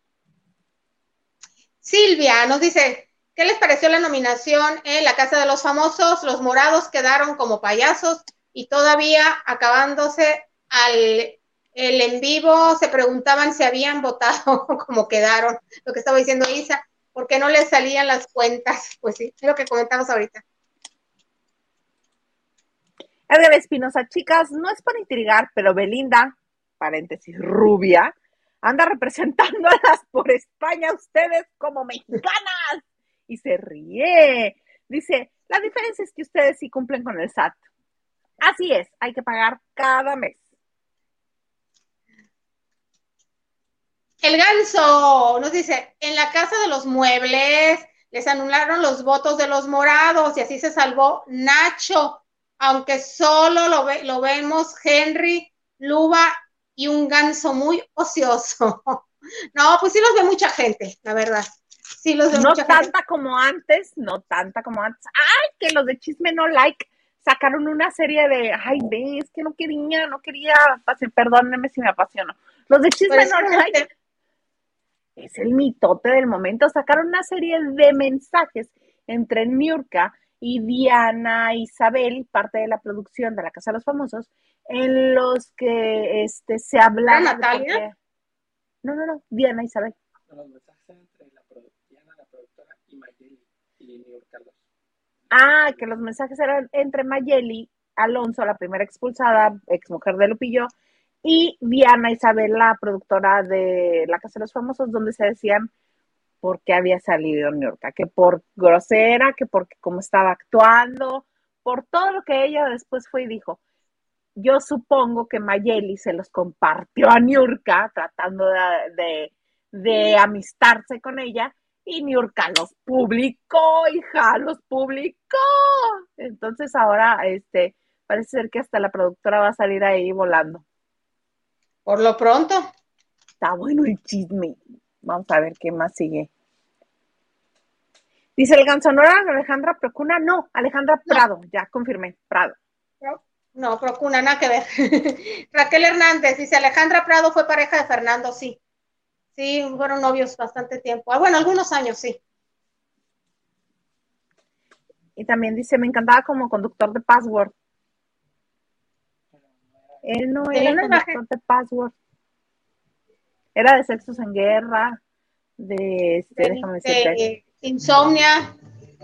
Silvia nos dice, ¿qué les pareció la nominación en la Casa de los Famosos? Los morados quedaron como payasos y todavía acabándose el en vivo se preguntaban si habían votado como quedaron, lo que estaba diciendo Isa, porque no les salían las cuentas. Pues sí, es lo que comentamos ahorita. Edgar Espinosa, chicas, no es para intrigar, pero Belinda, paréntesis, rubia, anda representándolas por España ustedes como mexicanas. Y se ríe. Dice, la diferencia es que ustedes sí cumplen con el SAT. Así es, hay que pagar cada mes. El Ganso nos dice, en la Casa de los Muebles les anularon los votos de los morados y así se salvó Nacho, aunque solo lo vemos Henry, Luba y un Ganso muy ocioso. No, pues sí los ve mucha gente, la verdad. Sí los ve mucha gente. No tanta como antes. Ay, que los de Chisme No Like sacaron una serie de, ay, ves, que no quería, perdónenme si me apasiono. Los de Chisme No Like es el mitote del momento. Sacaron una serie de mensajes entre Niurka y Diana Isabel, parte de la producción de La Casa de los Famosos, en los que se hablaba. ¿Natalia? No, Diana Isabel. Los mensajes entre Diana, la productora, y Mayeli y Niurka. Que los mensajes eran entre Mayeli Alonso, la primera expulsada, exmujer de Lupillo, y Diana Isabel, la productora de La Casa de los Famosos, donde se decían por qué había salido Niurka, que por grosera, que porque cómo estaba actuando, por todo lo que ella después fue y dijo. Yo supongo que Mayeli se los compartió a Niurka, tratando de amistarse con ella, y Niurka los publicó, hija, los publicó. Entonces ahora parece ser que hasta la productora va a salir ahí volando. Por lo pronto. Está bueno el chisme. Vamos a ver qué más sigue. Dice el Ganso, ¿no era Alejandra Procuna? No, Alejandra Prado, ya confirmé, Prado. No, Procuna, nada que ver. Raquel Hernández dice, Alejandra Prado fue pareja de Fernando, sí. Sí, fueron novios bastante tiempo. Bueno, algunos años, sí. Y también dice, me encantaba como conductor de Password. Él no era conductor de Password. Era de Sexos en Guerra, déjame decirte. Insomnia.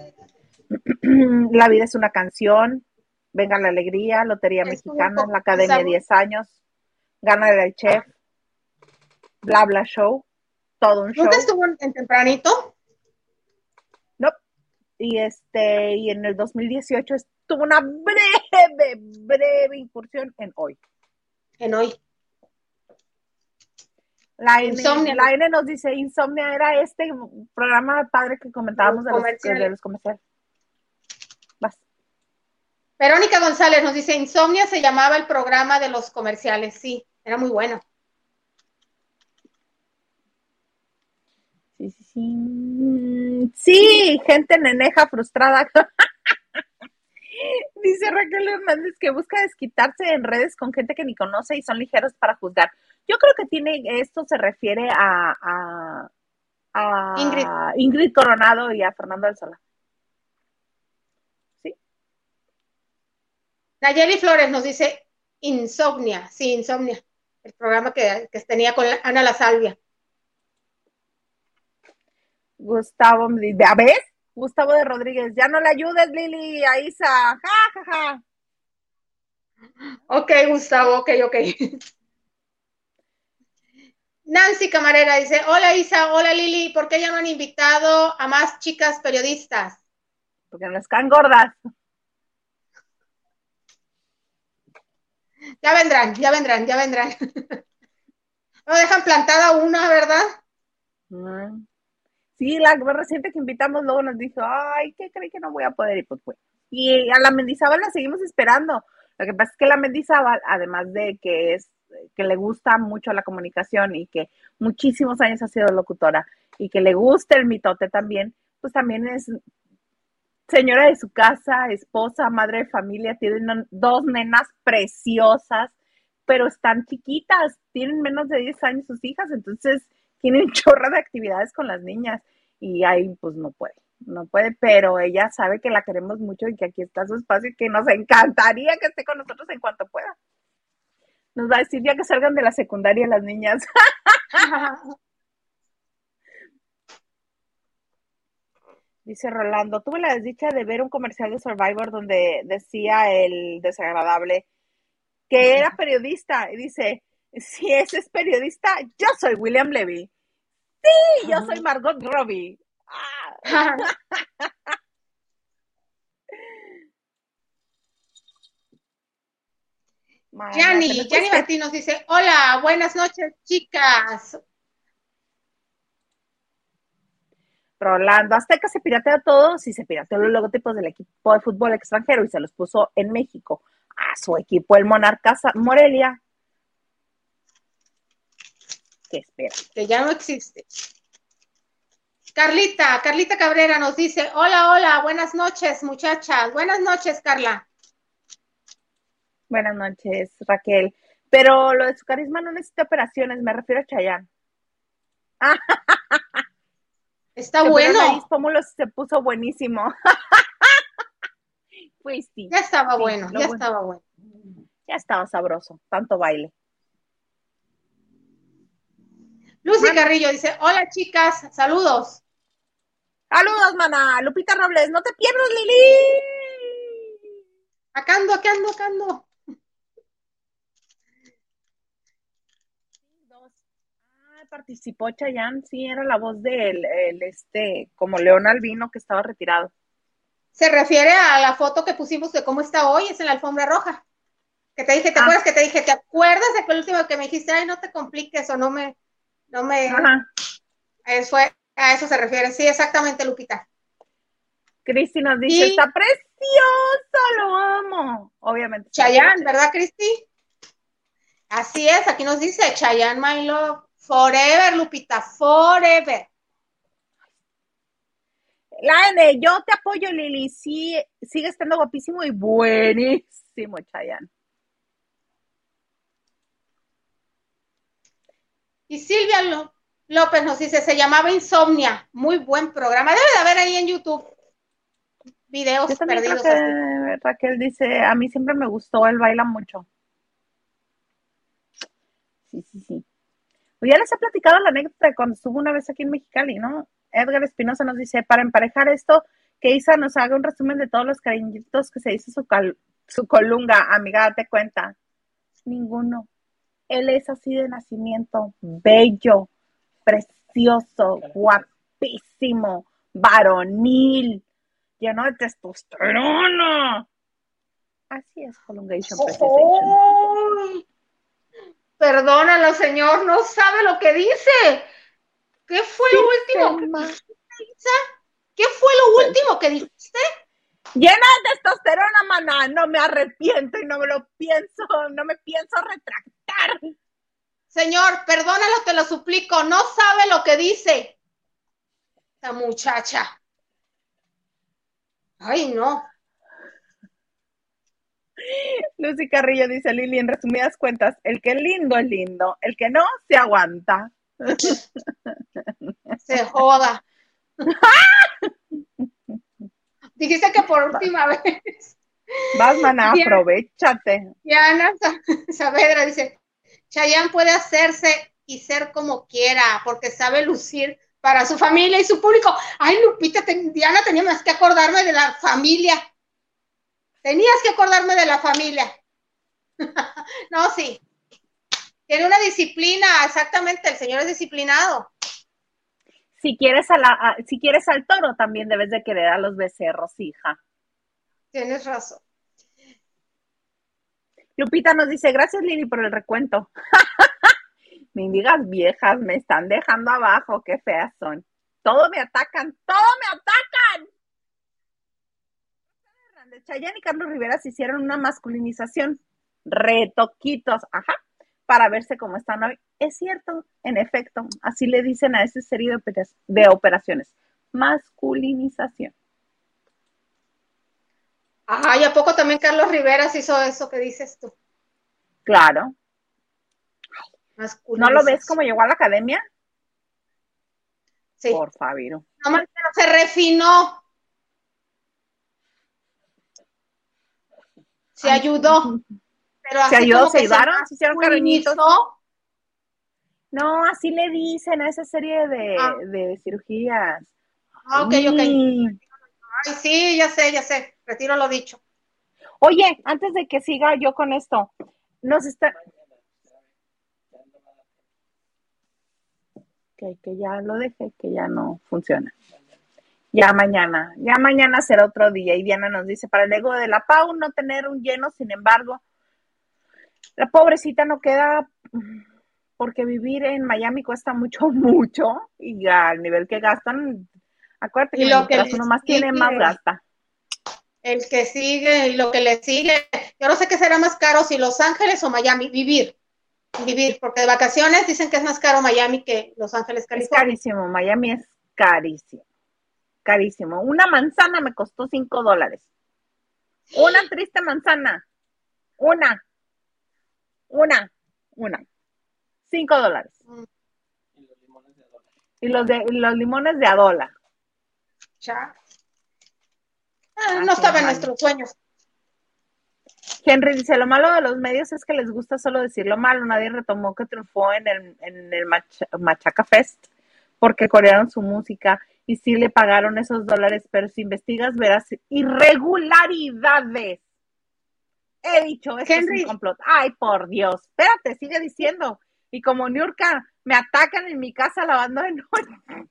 La vida es una canción. Venga la alegría, Lotería Mexicana, la Academia 10 años, Gana el Chef, Bla Bla Show, todo un show. ¿Nunca estuvo en Tempranito? No. Y en el 2018 tuvo una breve incursión en Hoy. En Hoy. La N nos dice, Insomnia era este programa padre que comentábamos de los comerciales. Vas. Verónica González nos dice, Insomnia se llamaba el programa de los comerciales. Sí, era muy bueno. Sí, gente neneja frustrada. Dice Raquel Hernández que busca desquitarse en redes con gente que ni conoce y son ligeros para juzgar. Yo creo que esto se refiere a Ingrid Coronado y a Fernando del Solar. ¿Sí? Nayeli Flores nos dice Insomnia. Sí, Insomnia. El programa que tenía con Ana La Salvia. Gustavo me dice, ¿a ver? Gustavo de Rodríguez, ya no le ayudes, Lili, a Isa. Ja, ja, ja. Ok, Gustavo, ok. Nancy Camarera dice, hola Isa, hola Lili, ¿por qué ya no han invitado a más chicas periodistas? Porque no están gordas. Ya vendrán. No dejan plantada una, ¿verdad? Sí, la más reciente que invitamos luego nos dijo, ay, ¿qué cree que no voy a poder? Y pues fue. Y a la Mendizábal la seguimos esperando. Lo que pasa es que la Mendizábal, además de que le gusta mucho la comunicación y que muchísimos años ha sido locutora y que le gusta el mitote también, pues también es señora de su casa, esposa, madre de familia, tienen 2 nenas preciosas, pero están chiquitas, tienen menos de 10 años sus hijas, entonces tienen chorra de actividades con las niñas y ahí pues no puede, pero ella sabe que la queremos mucho y que aquí está su espacio y que nos encantaría que esté con nosotros en cuanto pueda. Nos va a decir ya que salgan de la secundaria las niñas. Dice Rolando, tuve la desdicha de ver un comercial de Survivor donde decía el desagradable que era periodista. Y dice, si ese es periodista, yo soy William Levy. Sí, yo soy Margot Robbie. Yanni Martín nos dice, hola, buenas noches, chicas. Rolando, Azteca se piratea todo, sí se pirateó los logotipos del equipo de fútbol extranjero y se los puso en México a su equipo, el Monarcas Morelia. ¿Qué espera? Que ya no existe. Carlita Cabrera nos dice, hola, buenas noches, muchachas. Buenas noches, Carla. Buenas noches, Raquel. Pero lo de su carisma no necesita operaciones, me refiero a Chayanne. Está bueno. Nariz, Pómulo se puso buenísimo. Pues sí. Ya estaba bueno, ya estaba bueno. Ya estaba sabroso, tanto baile. Lucy Carrillo dice, hola chicas, saludos. Saludos, maná. Lupita Robles, no te pierdas, Lili. Acá ando. Participó Chayanne, sí, era la voz del como León Albino que estaba retirado. Se refiere a la foto que pusimos de cómo está hoy, es en la alfombra roja. Que te dije, ¿te acuerdas que te dije? ¿Te acuerdas de que el último que me dijiste, ay, no te compliques o no me. Ajá. A eso se refiere, sí, exactamente, Lupita. Cristi nos dice, está precioso, lo amo. Obviamente. Chayanne, ¿verdad, Cristi? Así es, aquí nos dice Chayanne, my love, forever, Lupita, forever. La N, yo te apoyo, Lili, sí, sigue estando guapísimo y buenísimo, Chayanne. Y Silvia López nos dice, se llamaba Insomnia, muy buen programa. Debe de haber ahí en YouTube videos Yo también perdidos. Creo que Raquel dice, a mí siempre me gustó, él baila mucho. Sí. Pues ya les he platicado la anécdota de cuando estuvo una vez aquí en Mexicali, ¿no? Edgar Espinosa nos dice, para emparejar esto, que Isa nos haga un resumen de todos los cariñitos que se hizo su colunga. Amiga, date cuenta. Ninguno. Él es así de nacimiento, bello, precioso, guapísimo, varonil, lleno de testosterona. Así es, Colungation Precision. Perdónalo, señor, no sabe lo que dice. ¿Qué fue lo último que dijiste, Isa? ¿Qué fue lo último que dijiste? Llena de testosterona, maná. No me arrepiento y no me pienso retractar. Señor, perdónalo, te lo suplico. No sabe lo que dice esta muchacha. Ay, no. Lucy Carrillo dice, Lili, en resumidas cuentas, el que es lindo, el que no, se aguanta. Se joda. Dijiste que por última vez. Vas, maná, aprovechate. Diana Saavedra dice, Chayanne puede hacerse y ser como quiera, porque sabe lucir para su familia y su público. Ay, Lupita, Diana, tenía más que acordarme de la familia. Tenías que acordarme de la familia. No, sí. Tiene una disciplina, exactamente, el señor es disciplinado. Si quieres al toro, también debes de querer a los becerros, hija. Tienes razón. Lupita nos dice, gracias, Lili, por el recuento. Mendigas viejas, me están dejando abajo, qué feas son. Todo me atacan. Chayanne y Carlos Rivera se hicieron una masculinización, retoquitos, para verse como están hoy. Es cierto, en efecto, así le dicen a esa serie de operaciones, masculinización. Ajá, ¿y a poco también Carlos Rivera se hizo eso que dices tú? Claro. ¿No lo ves cómo llegó a la academia? Sí. Por favor. No, se refinó. Se ayudó. Pero se ayudó, se ayudaron, se hicieron cariñitos. No, así le dicen a esa serie de cirugías. Ok. Ay, sí, ya sé. Retiro lo dicho. Oye, antes de que siga yo con esto, que ya lo dejé, que ya no funciona. Ya mañana será otro día. Y Diana nos dice, para el ego de la Pau no tener un lleno, sin embargo, la pobrecita no queda, porque vivir en Miami cuesta mucho, y al nivel que gastan, acuérdate que mientras uno más tiene, más gasta. El que sigue y lo que le sigue, yo no sé qué será más caro, si Los Ángeles o Miami, vivir, porque de vacaciones dicen que es más caro Miami que Los Ángeles, California. Es carísimo, Miami es carísimo. Una manzana me costó $5. Una triste manzana. Una. $5. Y los limones de $1. Ya. No estaba en nuestros sueños. Henry dice, lo malo de los medios es que les gusta solo decir lo malo. Nadie retomó que triunfó en el Machaca Fest porque corearon su música y sí le pagaron esos $, pero si investigas verás irregularidades. He dicho, esto es un complot. Ay, por Dios. Espérate, sigue diciendo. Y como Niurka, me atacan en mi casa lavando de noche.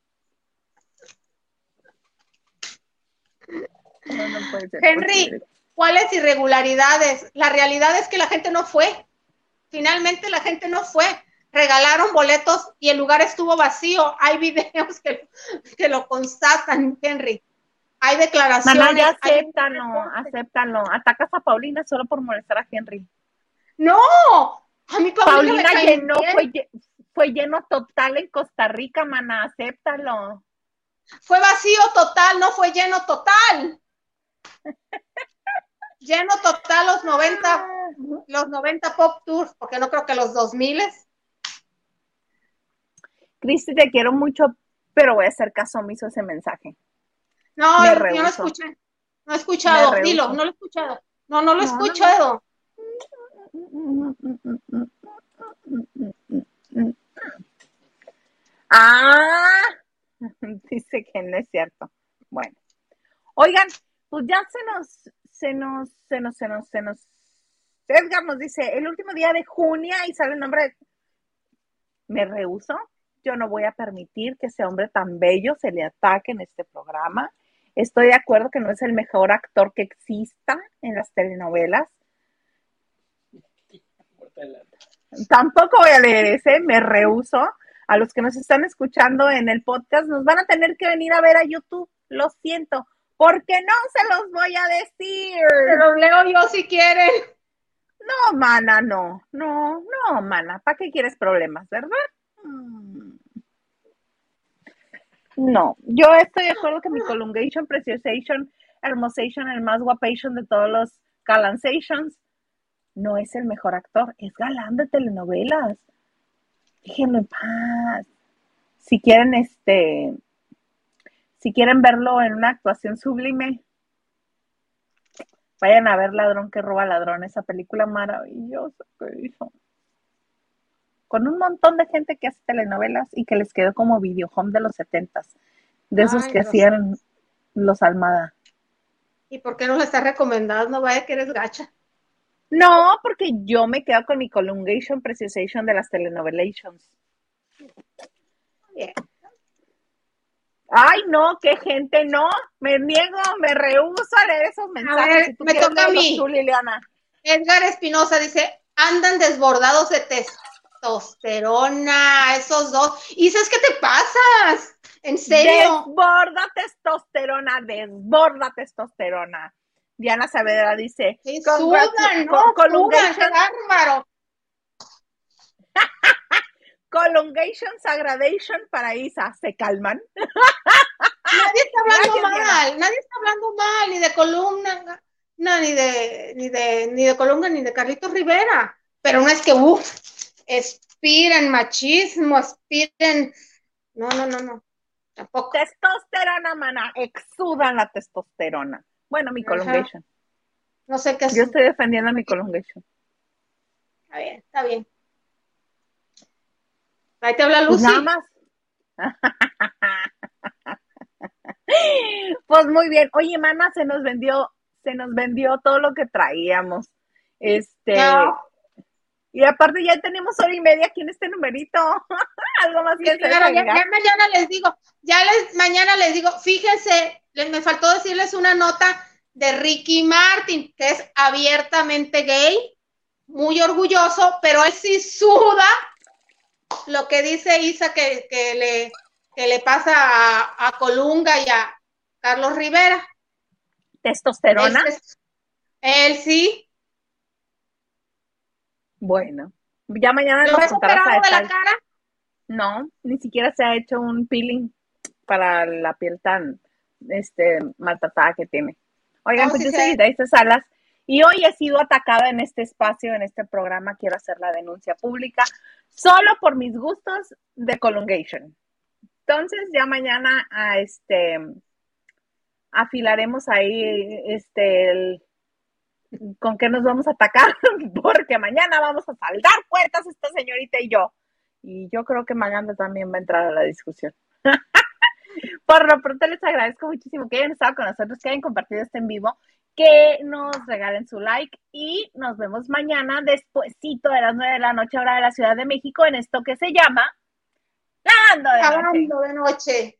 No puede ser Henry, posible. ¿cuáles irregularidades? La realidad es que la gente no fue. Finalmente la gente no fue. Regalaron boletos y el lugar estuvo vacío. Hay videos que lo constatan, Henry. Hay declaraciones. Maná, ya acéptalo. Atacas a Paulina solo por molestar a Henry. No, a mí Paulina llenó, fue lleno total en Costa Rica, maná, acéptalo. Fue vacío total, no fue lleno total. Lleno total los 90 Pop Tours, porque no creo que los 2000. Cristi, te quiero mucho, pero voy a hacer caso omiso a ese mensaje. No, yo no escuché. No he escuchado. Dilo, no lo he escuchado. No lo he escuchado. Dice que no es cierto. Bueno. Oigan, pues ya Edgar nos dice, el último día de junio y sale el nombre de... Me rehúso. Yo no voy a permitir que ese hombre tan bello se le ataque en este programa. Estoy de acuerdo que no es el mejor actor que exista en las telenovelas. Tampoco voy a leer ese, me rehúso. A los que nos están escuchando en el podcast, nos van a tener que venir a ver a YouTube. Lo siento, porque no se los voy a decir. Te los leo yo si quieren. No, mana, no, mana. ¿Para qué quieres problemas, verdad? No, yo estoy de acuerdo que mi Colungation, Preciosation, Hermosation, el más guapation de todos los Galanzations, no es el mejor actor, es galán de telenovelas. Déjenlo en paz. Si quieren, si quieren verlo en una actuación sublime, vayan a ver Ladrón que roba ladrón, esa película maravillosa que hizo. Con un montón de gente que hace telenovelas y que les quedó como videohome de los 70s, de esos que hacían los Almada. ¿Y por qué no lo estás recomendando? No vaya que eres gacha. No, porque yo me quedo con mi Colungation, Preciosation de las telenovelations. Bien. Ay, no, qué gente, no, me niego, me rehúso a leer esos mensajes. A ver, si tú me toca a mí. Tú, Liliana. Edgar Espinosa dice, andan desbordados de testosterona, esos dos. Isa, ¿qué te pasas? ¿En serio? Desborda testosterona. Diana Saavedra dice, sí, sudan, ¿no? Sudan, qué bárbaro. Colungation, Sagradation para Isa, ¿se calman? Nadie está hablando mal, ni de columna, no, ni de columna, ni de Carlitos Rivera, pero no es que, expiren machismo, expiren, no, tampoco. Testosterona, mana, exudan la testosterona. Bueno, mi Colungation. No sé qué es. Yo estoy defendiendo a mi Colungation. Está bien. Ahí te habla Lucy. Pues nada más. Pues muy bien. Oye, mana, se nos vendió todo lo que traíamos. No. Y aparte ya tenemos 1:30 aquí en este numerito. Algo más que claro, ya mañana les digo, mañana les digo, fíjense, me faltó decirles una nota de Ricky Martin, que es abiertamente gay, muy orgulloso, pero él sí suda lo que dice Isa que le pasa a Colunga y a Carlos Rivera. ¿Testosterona? Él sí. Bueno, ya mañana ¿Lo ves operado de la cara? No, ni siquiera se ha hecho un peeling para la piel tan maltratada que tiene. Oigan, no, pues yo soy Daisy Salas y hoy he sido atacada en este espacio, en este programa. Quiero hacer la denuncia pública solo por mis gustos de Colungation. Entonces ya mañana afilaremos ahí con qué nos vamos a atacar, porque mañana vamos a saldar cuentas esta señorita y yo. Y yo creo que Maganda también va a entrar a la discusión. Por lo pronto les agradezco muchísimo que hayan estado con nosotros, que hayan compartido este en vivo, que nos regalen su like y nos vemos mañana despuesito de las 9 de la noche, hora de la Ciudad de México, en esto que se llama Lavando de Noche.